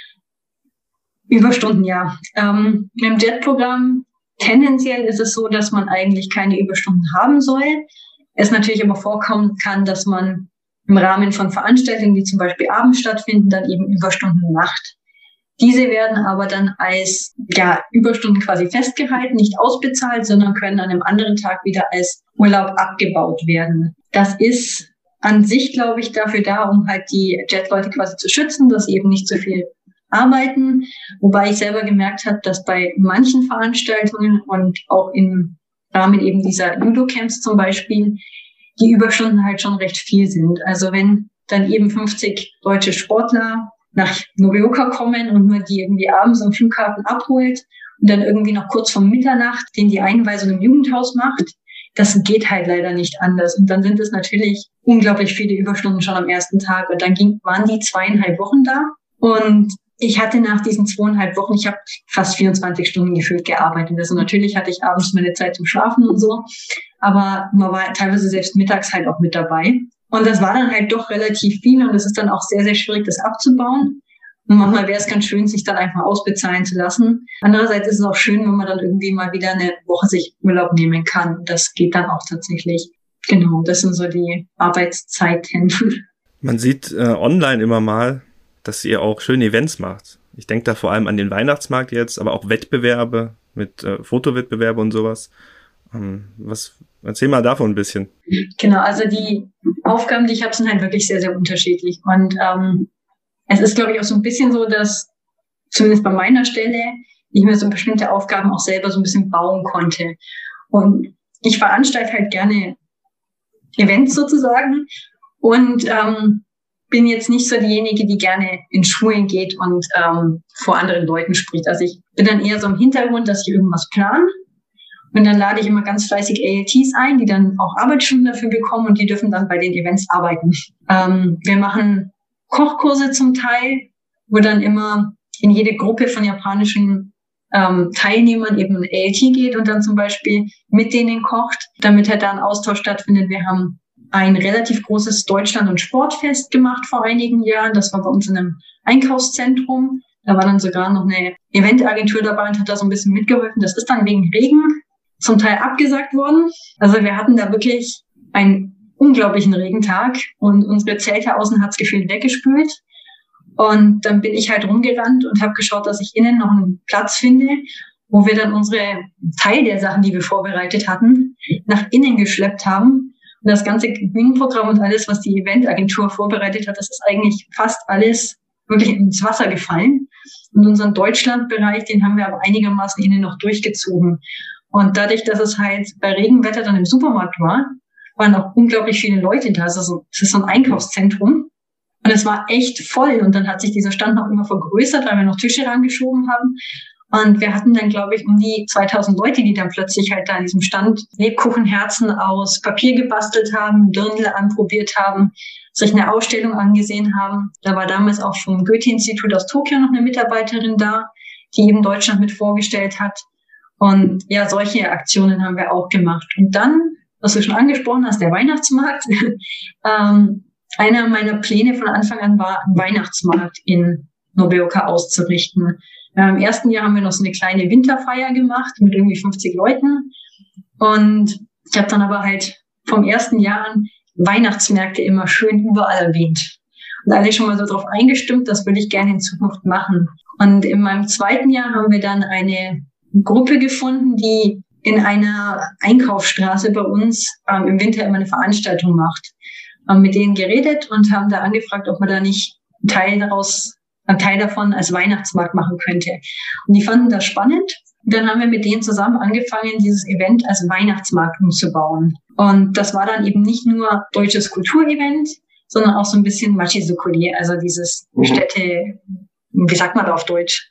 Überstunden, ja. Im JET-Programm tendenziell ist es so, dass man eigentlich keine Überstunden haben soll. Es natürlich aber vorkommen kann, dass man im Rahmen von Veranstaltungen, die zum Beispiel abends stattfinden, dann eben Überstunden macht. Diese werden aber dann als Überstunden quasi festgehalten, nicht ausbezahlt, sondern können an einem anderen Tag wieder als Urlaub abgebaut werden. Das ist an sich, glaube ich, dafür da, um halt die Jet-Leute quasi zu schützen, dass sie eben nicht so viel arbeiten. Wobei ich selber gemerkt habe, dass bei manchen Veranstaltungen und auch im Rahmen eben dieser Judo-Camps zum Beispiel die Überstunden halt schon recht viel sind. Also wenn dann eben 50 deutsche Sportler nach Nobeoka kommen und man die irgendwie abends am Flughafen abholt und dann irgendwie noch kurz vor Mitternacht die Einweisung im Jugendhaus macht, das geht halt leider nicht anders. Und dann sind es natürlich unglaublich viele Überstunden schon am ersten Tag. Und dann waren die 2,5 Wochen da. Und ich hatte nach diesen 2,5 Wochen, ich habe fast 24 Stunden gefühlt gearbeitet. Also natürlich hatte ich abends meine Zeit zum Schlafen und so. Aber man war teilweise selbst mittags halt auch mit dabei. Und das war dann halt doch relativ viel. Und es ist dann auch sehr, sehr schwierig, das abzubauen. Und manchmal wäre es ganz schön, sich dann einfach ausbezahlen zu lassen. Andererseits ist es auch schön, wenn man dann irgendwie mal wieder eine Woche sich Urlaub nehmen kann. Das geht dann auch tatsächlich. Genau, das sind so die Arbeitszeiten. Man sieht online immer mal, dass ihr auch schöne Events macht. Ich denke da vor allem an den Weihnachtsmarkt jetzt, aber auch Wettbewerbe mit Fotowettbewerbe und sowas. Erzähl mal davon ein bisschen. Genau, also die Aufgaben, die ich habe, sind halt wirklich sehr, sehr unterschiedlich. Und es ist, glaube ich, auch so ein bisschen so, dass zumindest bei meiner Stelle ich mir so bestimmte Aufgaben auch selber so ein bisschen bauen konnte. Und ich veranstalte halt gerne Events sozusagen und bin jetzt nicht so diejenige, die gerne in Schulen geht und vor anderen Leuten spricht. Also ich bin dann eher so im Hintergrund, dass ich irgendwas plane. Und dann lade ich immer ganz fleißig ALTs ein, die dann auch Arbeitsstunden dafür bekommen und die dürfen dann bei den Events arbeiten. Wir machen Kochkurse zum Teil, wo dann immer in jede Gruppe von japanischen Teilnehmern eben ein ALT geht und dann zum Beispiel mit denen kocht, damit halt da ein Austausch stattfindet. Wir haben ein relativ großes Deutschland- und Sportfest gemacht vor einigen Jahren. Das war bei uns in einem Einkaufszentrum. Da war dann sogar noch eine Eventagentur dabei und hat da so ein bisschen mitgeholfen. Das ist dann wegen Regen zum Teil abgesagt worden. Also wir hatten da wirklich einen unglaublichen Regentag und unsere Zelte außen hat's gefühlt weggespült. Und dann bin ich halt rumgerannt und habe geschaut, dass ich innen noch einen Platz finde, wo wir dann unsere Teil der Sachen, die wir vorbereitet hatten, nach innen geschleppt haben. Und das ganze Bühnenprogramm und alles, was die Eventagentur vorbereitet hat, das ist eigentlich fast alles wirklich ins Wasser gefallen. Und unseren Deutschlandbereich, den haben wir aber einigermaßen innen noch durchgezogen. Und dadurch, dass es halt bei Regenwetter dann im Supermarkt war, waren auch unglaublich viele Leute da. Also es ist so ein Einkaufszentrum. Und es war echt voll. Und dann hat sich dieser Stand noch immer vergrößert, weil wir noch Tische rangeschoben haben. Und wir hatten dann, glaube ich, um die 2000 Leute, die dann plötzlich halt da an diesem Stand Lebkuchenherzen aus Papier gebastelt haben, Dirndl anprobiert haben, sich eine Ausstellung angesehen haben. Da war damals auch vom Goethe-Institut aus Tokio noch eine Mitarbeiterin da, die eben Deutschland mit vorgestellt hat. Und ja, solche Aktionen haben wir auch gemacht. Und dann, was du schon angesprochen hast, der Weihnachtsmarkt. Einer meiner Pläne von Anfang an war, einen Weihnachtsmarkt in Nobeoka auszurichten. Im ersten Jahr haben wir noch so eine kleine Winterfeier gemacht mit irgendwie 50 Leuten. Und ich habe dann aber halt vom ersten Jahr an Weihnachtsmärkte immer schön überall erwähnt. Und alle schon mal so drauf eingestimmt, das würde ich gerne in Zukunft machen. Und in meinem zweiten Jahr haben wir dann eine Gruppe gefunden, die in einer Einkaufsstraße bei uns im Winter immer eine Veranstaltung macht. Haben mit denen geredet und haben da angefragt, ob man da nicht einen Teil davon als Weihnachtsmarkt machen könnte. Und die fanden das spannend. Und dann haben wir mit denen zusammen angefangen, dieses Event als Weihnachtsmarkt umzubauen. Und das war dann eben nicht nur deutsches Kulturevent, sondern auch so ein bisschen Machizukuri, also dieses Städte, wie sagt man da auf Deutsch?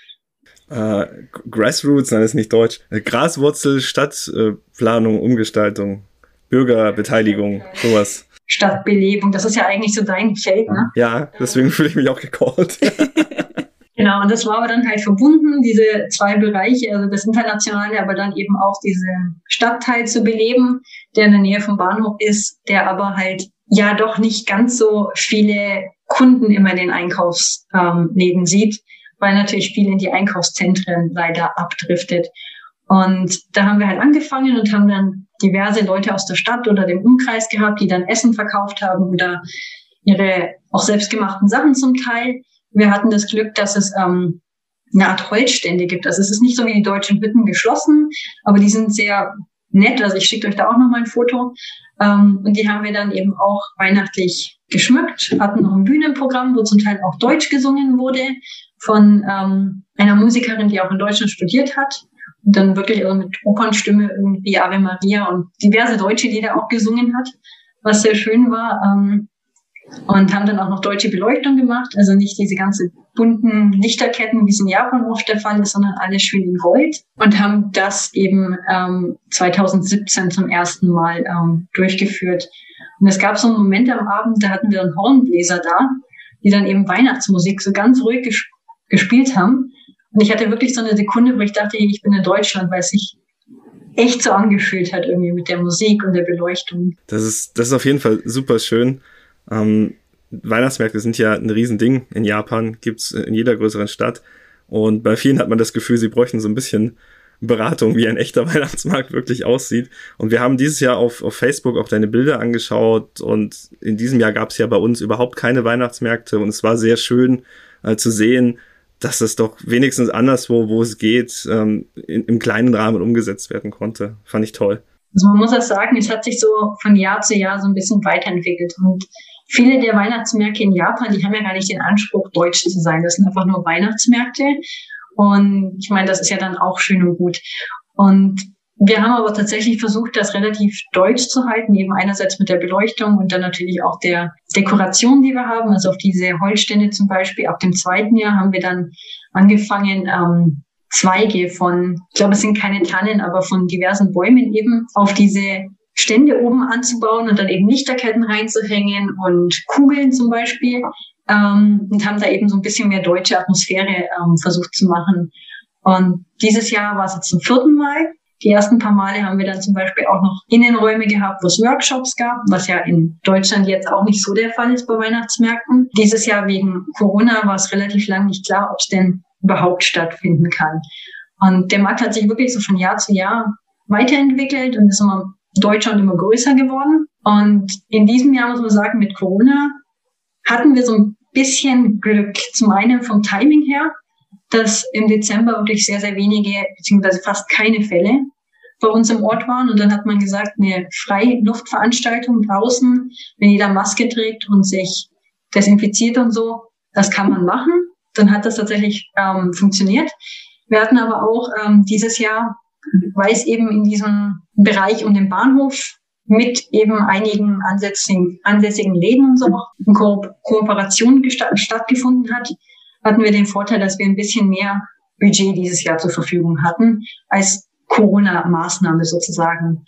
Grassroots, nein, das ist nicht Deutsch. Graswurzel, Stadtplanung, Umgestaltung, Bürgerbeteiligung, sowas. Stadtbelebung, das ist ja eigentlich so dein Feld, ne? Ja, deswegen fühle ich mich auch gecallt. Genau, und das war aber dann halt verbunden, diese zwei Bereiche, also das Internationale, aber dann eben auch diesen Stadtteil zu beleben, der in der Nähe vom Bahnhof ist, der aber halt ja doch nicht ganz so viele Kunden immer in den Einkaufsläden sieht, weil natürlich viel in die Einkaufszentren leider abdriftet. Und da haben wir halt angefangen und haben dann diverse Leute aus der Stadt oder dem Umkreis gehabt, die dann Essen verkauft haben oder ihre auch selbstgemachten Sachen zum Teil. Wir hatten das Glück, dass es eine Art Holzstände gibt. Also es ist nicht so wie die deutschen Hütten geschlossen, aber die sind sehr nett. Also ich schicke euch da auch nochmal ein Foto. Und die haben wir dann eben auch weihnachtlich geschmückt, hatten noch ein Bühnenprogramm, wo zum Teil auch Deutsch gesungen wurde von einer Musikerin, die auch in Deutschland studiert hat. Und dann wirklich also mit Opernstimme irgendwie Ave Maria und diverse deutsche Lieder auch gesungen hat, was sehr schön war. Und haben dann auch noch deutsche Beleuchtung gemacht, also nicht diese ganze bunten Lichterketten, wie es in Japan oft der Fall ist, sondern alles schön in Gold. Und haben das eben 2017 zum ersten Mal durchgeführt. Und es gab so einen Moment am Abend, da hatten wir einen Hornbläser da, die dann eben Weihnachtsmusik so ganz ruhig gespielt haben. Und ich hatte wirklich so eine Sekunde, wo ich dachte, ich bin in Deutschland, weil es sich echt so angefühlt hat irgendwie mit der Musik und der Beleuchtung. Das ist auf jeden Fall super schön. Weihnachtsmärkte sind ja ein Riesending in Japan, gibt's in jeder größeren Stadt. Und bei vielen hat man das Gefühl, sie bräuchten so ein bisschen Beratung, wie ein echter Weihnachtsmarkt wirklich aussieht. Und wir haben dieses Jahr auf Facebook auch deine Bilder angeschaut. Und in diesem Jahr gab es ja bei uns überhaupt keine Weihnachtsmärkte. Und es war sehr schön zu sehen, dass es doch wenigstens anderswo, wo es geht, im kleinen Rahmen umgesetzt werden konnte. Fand ich toll. Also man muss auch sagen, es hat sich so von Jahr zu Jahr so ein bisschen weiterentwickelt. Und viele der Weihnachtsmärkte in Japan, die haben ja gar nicht den Anspruch, deutsch zu sein. Das sind einfach nur Weihnachtsmärkte. Und ich meine, das ist ja dann auch schön und gut. Und wir haben aber tatsächlich versucht, das relativ deutsch zu halten, eben einerseits mit der Beleuchtung und dann natürlich auch der Dekoration, die wir haben. Also auf diese Holzstände zum Beispiel. Ab dem 2. Jahr haben wir dann angefangen, Zweige von, ich glaube, es sind keine Tannen, aber von diversen Bäumen eben auf diese Stände oben anzubauen und dann eben Lichterketten reinzuhängen und Kugeln zum Beispiel. Und haben da eben so ein bisschen mehr deutsche Atmosphäre versucht zu machen. Und dieses Jahr war es jetzt zum 4. Mal. Die ersten paar Male haben wir dann zum Beispiel auch noch Innenräume gehabt, wo es Workshops gab, was ja in Deutschland jetzt auch nicht so der Fall ist bei Weihnachtsmärkten. Dieses Jahr wegen Corona war es relativ lang nicht klar, ob es denn überhaupt stattfinden kann. Und der Markt hat sich wirklich so von Jahr zu Jahr weiterentwickelt und ist immer deutscher und immer größer geworden. Und in diesem Jahr muss man sagen, mit Corona hatten wir so ein bisschen Glück. Zum einen vom Timing her, dass im Dezember wirklich sehr, sehr wenige, beziehungsweise fast keine Fälle bei uns im Ort waren. Und dann hat man gesagt, eine Freiluftveranstaltung draußen, wenn jeder Maske trägt und sich desinfiziert und so, das kann man machen. Dann hat das tatsächlich funktioniert. Wir hatten aber auch dieses Jahr, weil es eben in diesem Bereich um den Bahnhof mit eben einigen ansässigen Läden und so auch in Kooperation stattgefunden hat, hatten wir den Vorteil, dass wir ein bisschen mehr Budget dieses Jahr zur Verfügung hatten als Corona-Maßnahme sozusagen.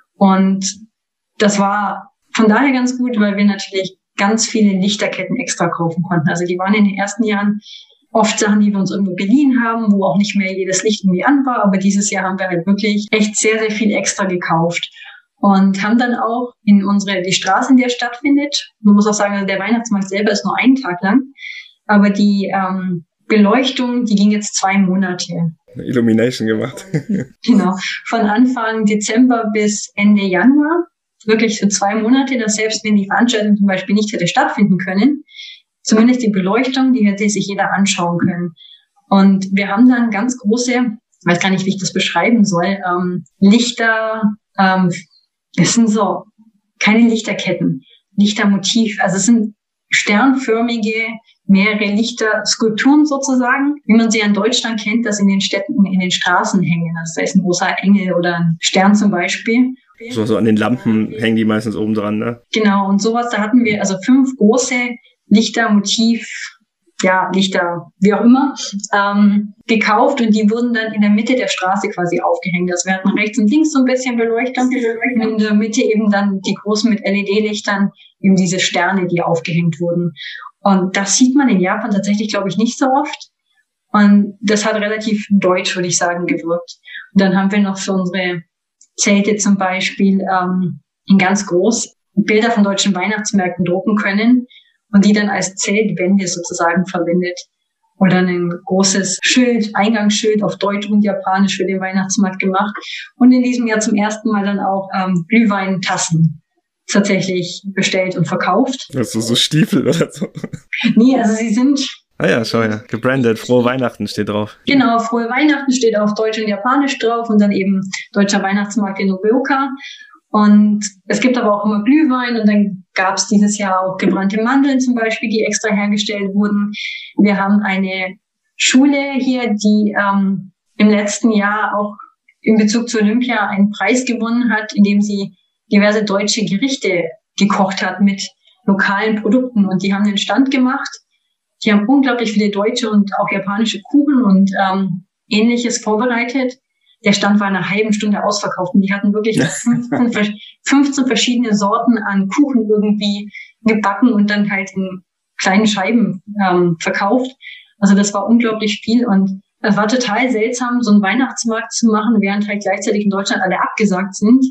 Und das war von daher ganz gut, weil wir natürlich ganz viele Lichterketten extra kaufen konnten. Also die waren in den ersten Jahren oft Sachen, die wir uns irgendwo geliehen haben, wo auch nicht mehr jedes Licht irgendwie an war. Aber dieses Jahr haben wir halt wirklich echt sehr, sehr viel extra gekauft. Und haben dann auch die Straße, in der stattfindet, man muss auch sagen, also der Weihnachtsmarkt selber ist nur einen Tag lang, aber die Beleuchtung, die ging jetzt 2 Monate. Illumination gemacht. Genau, von Anfang Dezember bis Ende Januar, wirklich für 2 Monate, dass selbst wenn die Veranstaltung zum Beispiel nicht hätte stattfinden können, zumindest die Beleuchtung, die hätte sich jeder anschauen können. Und wir haben dann ganz große, ich weiß gar nicht, wie ich das beschreiben soll, Lichter, es sind so keine Lichterketten, Lichtermotiv, also es sind sternförmige, mehrere Lichterskulpturen sozusagen, wie man sie in Deutschland kennt, das in den Städten, in den Straßen hängen. Also da ist ein großer Engel oder ein Stern zum Beispiel. So an den Lampen hängen die meistens oben dran, ne? Genau, und sowas, da hatten wir also 5 große Lichtermotiv, ja, Lichter, wie auch immer, gekauft und die wurden dann in der Mitte der Straße quasi aufgehängt. Also wir hatten rechts und links so ein bisschen Beleuchtung und in der Mitte eben dann die großen mit LED-Lichtern, eben diese Sterne, die aufgehängt wurden. Und das sieht man in Japan tatsächlich, glaube ich, nicht so oft. Und das hat relativ deutsch, würde ich sagen, gewirkt. Und dann haben wir noch für unsere Zelte zum Beispiel in ganz groß Bilder von deutschen Weihnachtsmärkten drucken können und die dann als Zeltwände sozusagen verwendet. Oder ein großes Schild, Eingangsschild auf Deutsch und Japanisch für den Weihnachtsmarkt gemacht. Und in diesem Jahr zum ersten Mal dann auch Glühweintassen tatsächlich bestellt und verkauft. Also so Stiefel oder so? Nee, also sie sind Ah ja, schau ja, gebrandet, frohe Weihnachten steht drauf. Genau, frohe Weihnachten steht auf Deutsch und Japanisch drauf und dann eben Deutscher Weihnachtsmarkt in Nobeoka. Und es gibt aber auch immer Glühwein und dann gab es dieses Jahr auch gebrannte Mandeln zum Beispiel, die extra hergestellt wurden. Wir haben eine Schule hier, die im letzten Jahr auch in Bezug zu Olympia einen Preis gewonnen hat, indem sie diverse deutsche Gerichte gekocht hat mit lokalen Produkten. Und die haben den Stand gemacht. Die haben unglaublich viele deutsche und auch japanische Kuchen und Ähnliches vorbereitet. Der Stand war in einer halben Stunde ausverkauft und die hatten wirklich 15 verschiedene Sorten an Kuchen irgendwie gebacken und dann halt in kleinen Scheiben verkauft. Also das war unglaublich viel und es war total seltsam, so einen Weihnachtsmarkt zu machen, während halt gleichzeitig in Deutschland alle abgesagt sind,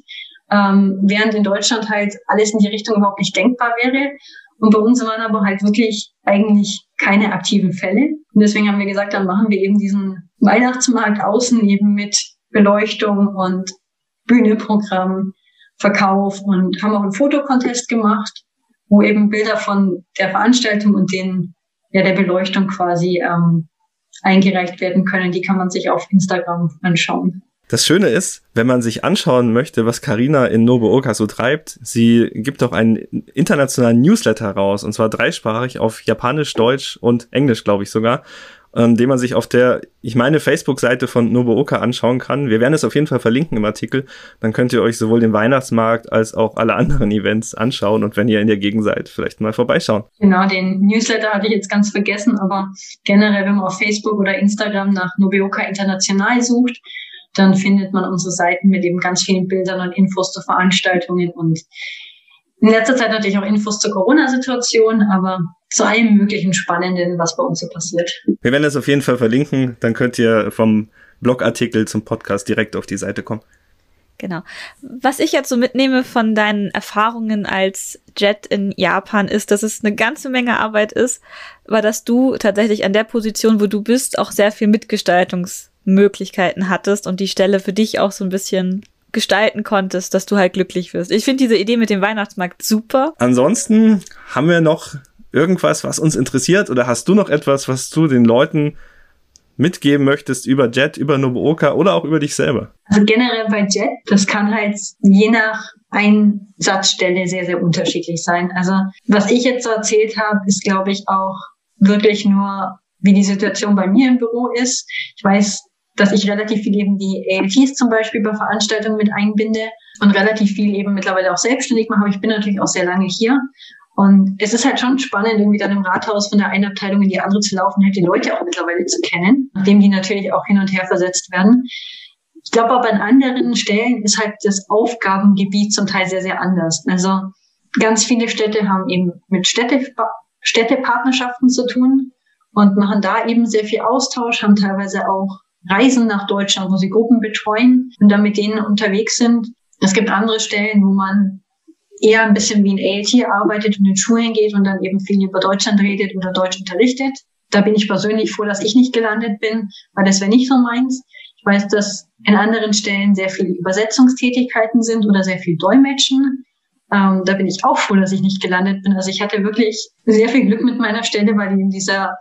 während in Deutschland halt alles in die Richtung überhaupt nicht denkbar wäre. Und bei uns waren aber halt wirklich eigentlich keine aktiven Fälle. Und deswegen haben wir gesagt, dann machen wir eben diesen Weihnachtsmarkt außen eben mit Beleuchtung und Bühneprogramm, Verkauf und haben auch einen Fotocontest gemacht, wo eben Bilder von der Veranstaltung und der Beleuchtung quasi eingereicht werden können. Die kann man sich auf Instagram anschauen. Das Schöne ist, wenn man sich anschauen möchte, was Carina in Nobeoka so treibt, sie gibt auch einen internationalen Newsletter raus, und zwar 3-sprachig auf Japanisch, Deutsch und Englisch, glaube ich sogar, den man sich auf der, ich meine, Facebook-Seite von Nobeoka anschauen kann. Wir werden es auf jeden Fall verlinken im Artikel. Dann könnt ihr euch sowohl den Weihnachtsmarkt als auch alle anderen Events anschauen und wenn ihr in der Gegend seid, vielleicht mal vorbeischauen. Genau, den Newsletter hatte ich jetzt ganz vergessen, aber generell, wenn man auf Facebook oder Instagram nach Nobeoka International sucht, dann findet man unsere Seiten mit eben ganz vielen Bildern und Infos zu Veranstaltungen und in letzter Zeit natürlich auch Infos zur Corona-Situation, aber zu allem möglichen Spannenden, was bei uns so passiert. Wir werden das auf jeden Fall verlinken, dann könnt ihr vom Blogartikel zum Podcast direkt auf die Seite kommen. Genau. Was ich jetzt so mitnehme von deinen Erfahrungen als Jet in Japan ist, dass es eine ganze Menge Arbeit ist, aber dass du tatsächlich an der Position, wo du bist, auch sehr viel Mitgestaltungsmöglichkeiten hattest und die Stelle für dich auch so ein bisschen gestalten konntest, dass du halt glücklich wirst. Ich finde diese Idee mit dem Weihnachtsmarkt super. Ansonsten haben wir noch irgendwas, was uns interessiert, oder hast du noch etwas, was du den Leuten mitgeben möchtest über Jet, über Nobeoka oder auch über dich selber? Also generell bei Jet, das kann halt je nach Einsatzstelle sehr, sehr unterschiedlich sein. Also was ich jetzt so erzählt habe, ist, glaube ich, auch wirklich nur, wie die Situation bei mir im Büro ist. Ich weiß, dass ich relativ viel eben die ALTs zum Beispiel bei Veranstaltungen mit einbinde und relativ viel eben mittlerweile auch selbstständig mache. Aber ich bin natürlich auch sehr lange hier. Und es ist halt schon spannend, irgendwie dann im Rathaus von der einen Abteilung in die andere zu laufen, halt die Leute auch mittlerweile zu kennen, nachdem die natürlich auch hin und her versetzt werden. Ich glaube aber an anderen Stellen ist halt das Aufgabengebiet zum Teil sehr, sehr anders. Also ganz viele Städte haben eben mit Städtepartnerschaften zu tun und machen da eben sehr viel Austausch, haben teilweise auch Reisen nach Deutschland, wo sie Gruppen betreuen und dann mit denen unterwegs sind. Es gibt andere Stellen, wo man eher ein bisschen wie ein ALT arbeitet und in Schulen geht und dann eben viel über Deutschland redet oder Deutsch unterrichtet. Da bin ich persönlich froh, dass ich nicht gelandet bin, weil das wäre nicht so meins. Ich weiß, dass in anderen Stellen sehr viele Übersetzungstätigkeiten sind oder sehr viel Dolmetschen. Da bin ich auch froh, dass ich nicht gelandet bin. Also ich hatte wirklich sehr viel Glück mit meiner Stelle, weil eben dieser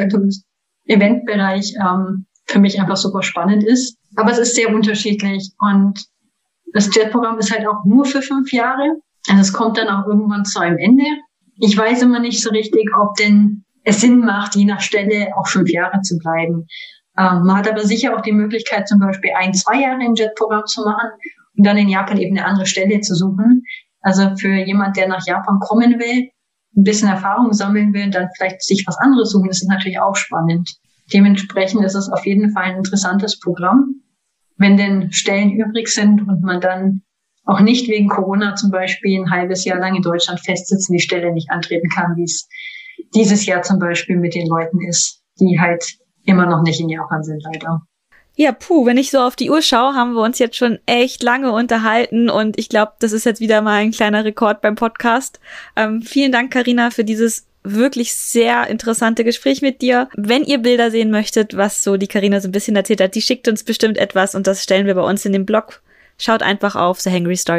Eventbereich für mich einfach super spannend ist. Aber es ist sehr unterschiedlich und das Jet-Programm ist halt auch nur für 5 Jahre. Also es kommt dann auch irgendwann zu einem Ende. Ich weiß immer nicht so richtig, ob denn es Sinn macht, je nach Stelle auch 5 Jahre zu bleiben. Man hat aber sicher auch die Möglichkeit, zum Beispiel 1-2 Jahre im Jet-Programm zu machen und dann in Japan eben eine andere Stelle zu suchen. Also für jemand, der nach Japan kommen will, ein bisschen Erfahrung sammeln will, dann vielleicht sich was anderes suchen, das ist natürlich auch spannend. Dementsprechend ist es auf jeden Fall ein interessantes Programm. Wenn denn Stellen übrig sind und man dann auch nicht wegen Corona zum Beispiel ein halbes Jahr lang in Deutschland festsitzen, die Stelle nicht antreten kann, wie es dieses Jahr zum Beispiel mit den Leuten ist, die halt immer noch nicht in Japan sind, leider. Ja, wenn ich so auf die Uhr schaue, haben wir uns jetzt schon echt lange unterhalten und ich glaube, das ist jetzt wieder mal ein kleiner Rekord beim Podcast. Vielen Dank, Carina, für dieses wirklich sehr interessante Gespräch mit dir. Wenn ihr Bilder sehen möchtet, was so die Carina so ein bisschen erzählt hat, die schickt uns bestimmt etwas und das stellen wir bei uns in den Blog. Schaut einfach auf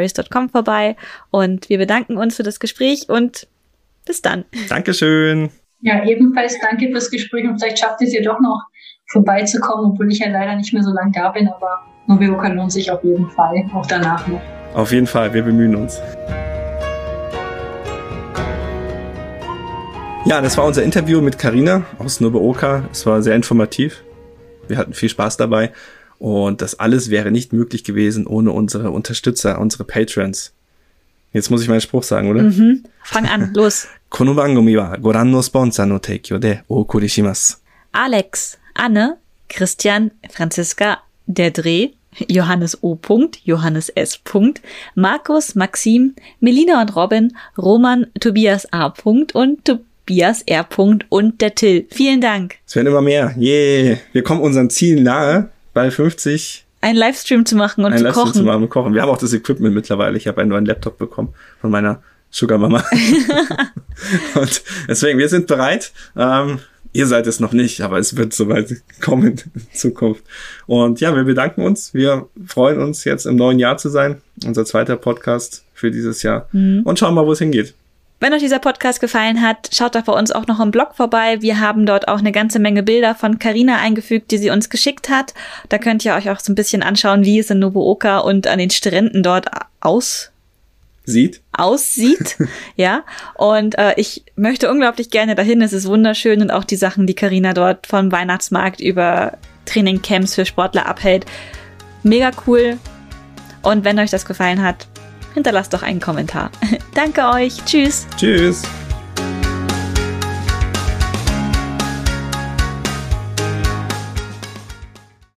thehangrystories.com vorbei und wir bedanken uns für das Gespräch und bis dann. Dankeschön. Ja, ebenfalls danke fürs Gespräch und vielleicht schafft es ihr doch noch vorbeizukommen, obwohl ich ja leider nicht mehr so lange da bin, aber Nobeoka lohnt sich auf jeden Fall, auch danach noch. Auf jeden Fall, wir bemühen uns. Ja, das war unser Interview mit Carina aus Nobeoka. Es war sehr informativ. Wir hatten viel Spaß dabei. Und das alles wäre nicht möglich gewesen ohne unsere Unterstützer, unsere Patrons. Jetzt muss ich meinen Spruch sagen, oder? Mhm. Fang an, los. この番組はご覧のスポンサーの提供でお送りします。 Alex, Anne, Christian, Franziska, der Dreh, Johannes O. Johannes S. Markus, Maxim, Melina und Robin, Roman, Tobias A. und Tobias R. und der Till. Vielen Dank. Es werden immer mehr. Wir kommen unseren Zielen nahe, bei 50 einen Livestream zu machen und zu kochen. Wir haben auch das Equipment mittlerweile. Ich habe einen neuen Laptop bekommen von meiner Sugar Mama. Und deswegen, wir sind bereit. Ihr seid es noch nicht, aber es wird soweit kommen in Zukunft. Und ja, wir bedanken uns. Wir freuen uns, jetzt im neuen Jahr zu sein. Unser zweiter Podcast für dieses Jahr. Und schauen mal, wo es hingeht. Wenn euch dieser Podcast gefallen hat, schaut doch bei uns auch noch im Blog vorbei. Wir haben dort auch eine ganze Menge Bilder von Carina eingefügt, die sie uns geschickt hat. Da könnt ihr euch auch so ein bisschen anschauen, wie es in Nobeoka und an den Stränden dort aussieht. Ja. Und ich möchte unglaublich gerne dahin. Es ist wunderschön und auch die Sachen, die Carina dort vom Weihnachtsmarkt über Trainingcamps für Sportler abhält. Mega cool. Und wenn euch das gefallen hat, hinterlasst doch einen Kommentar. Danke euch. Tschüss. Tschüss.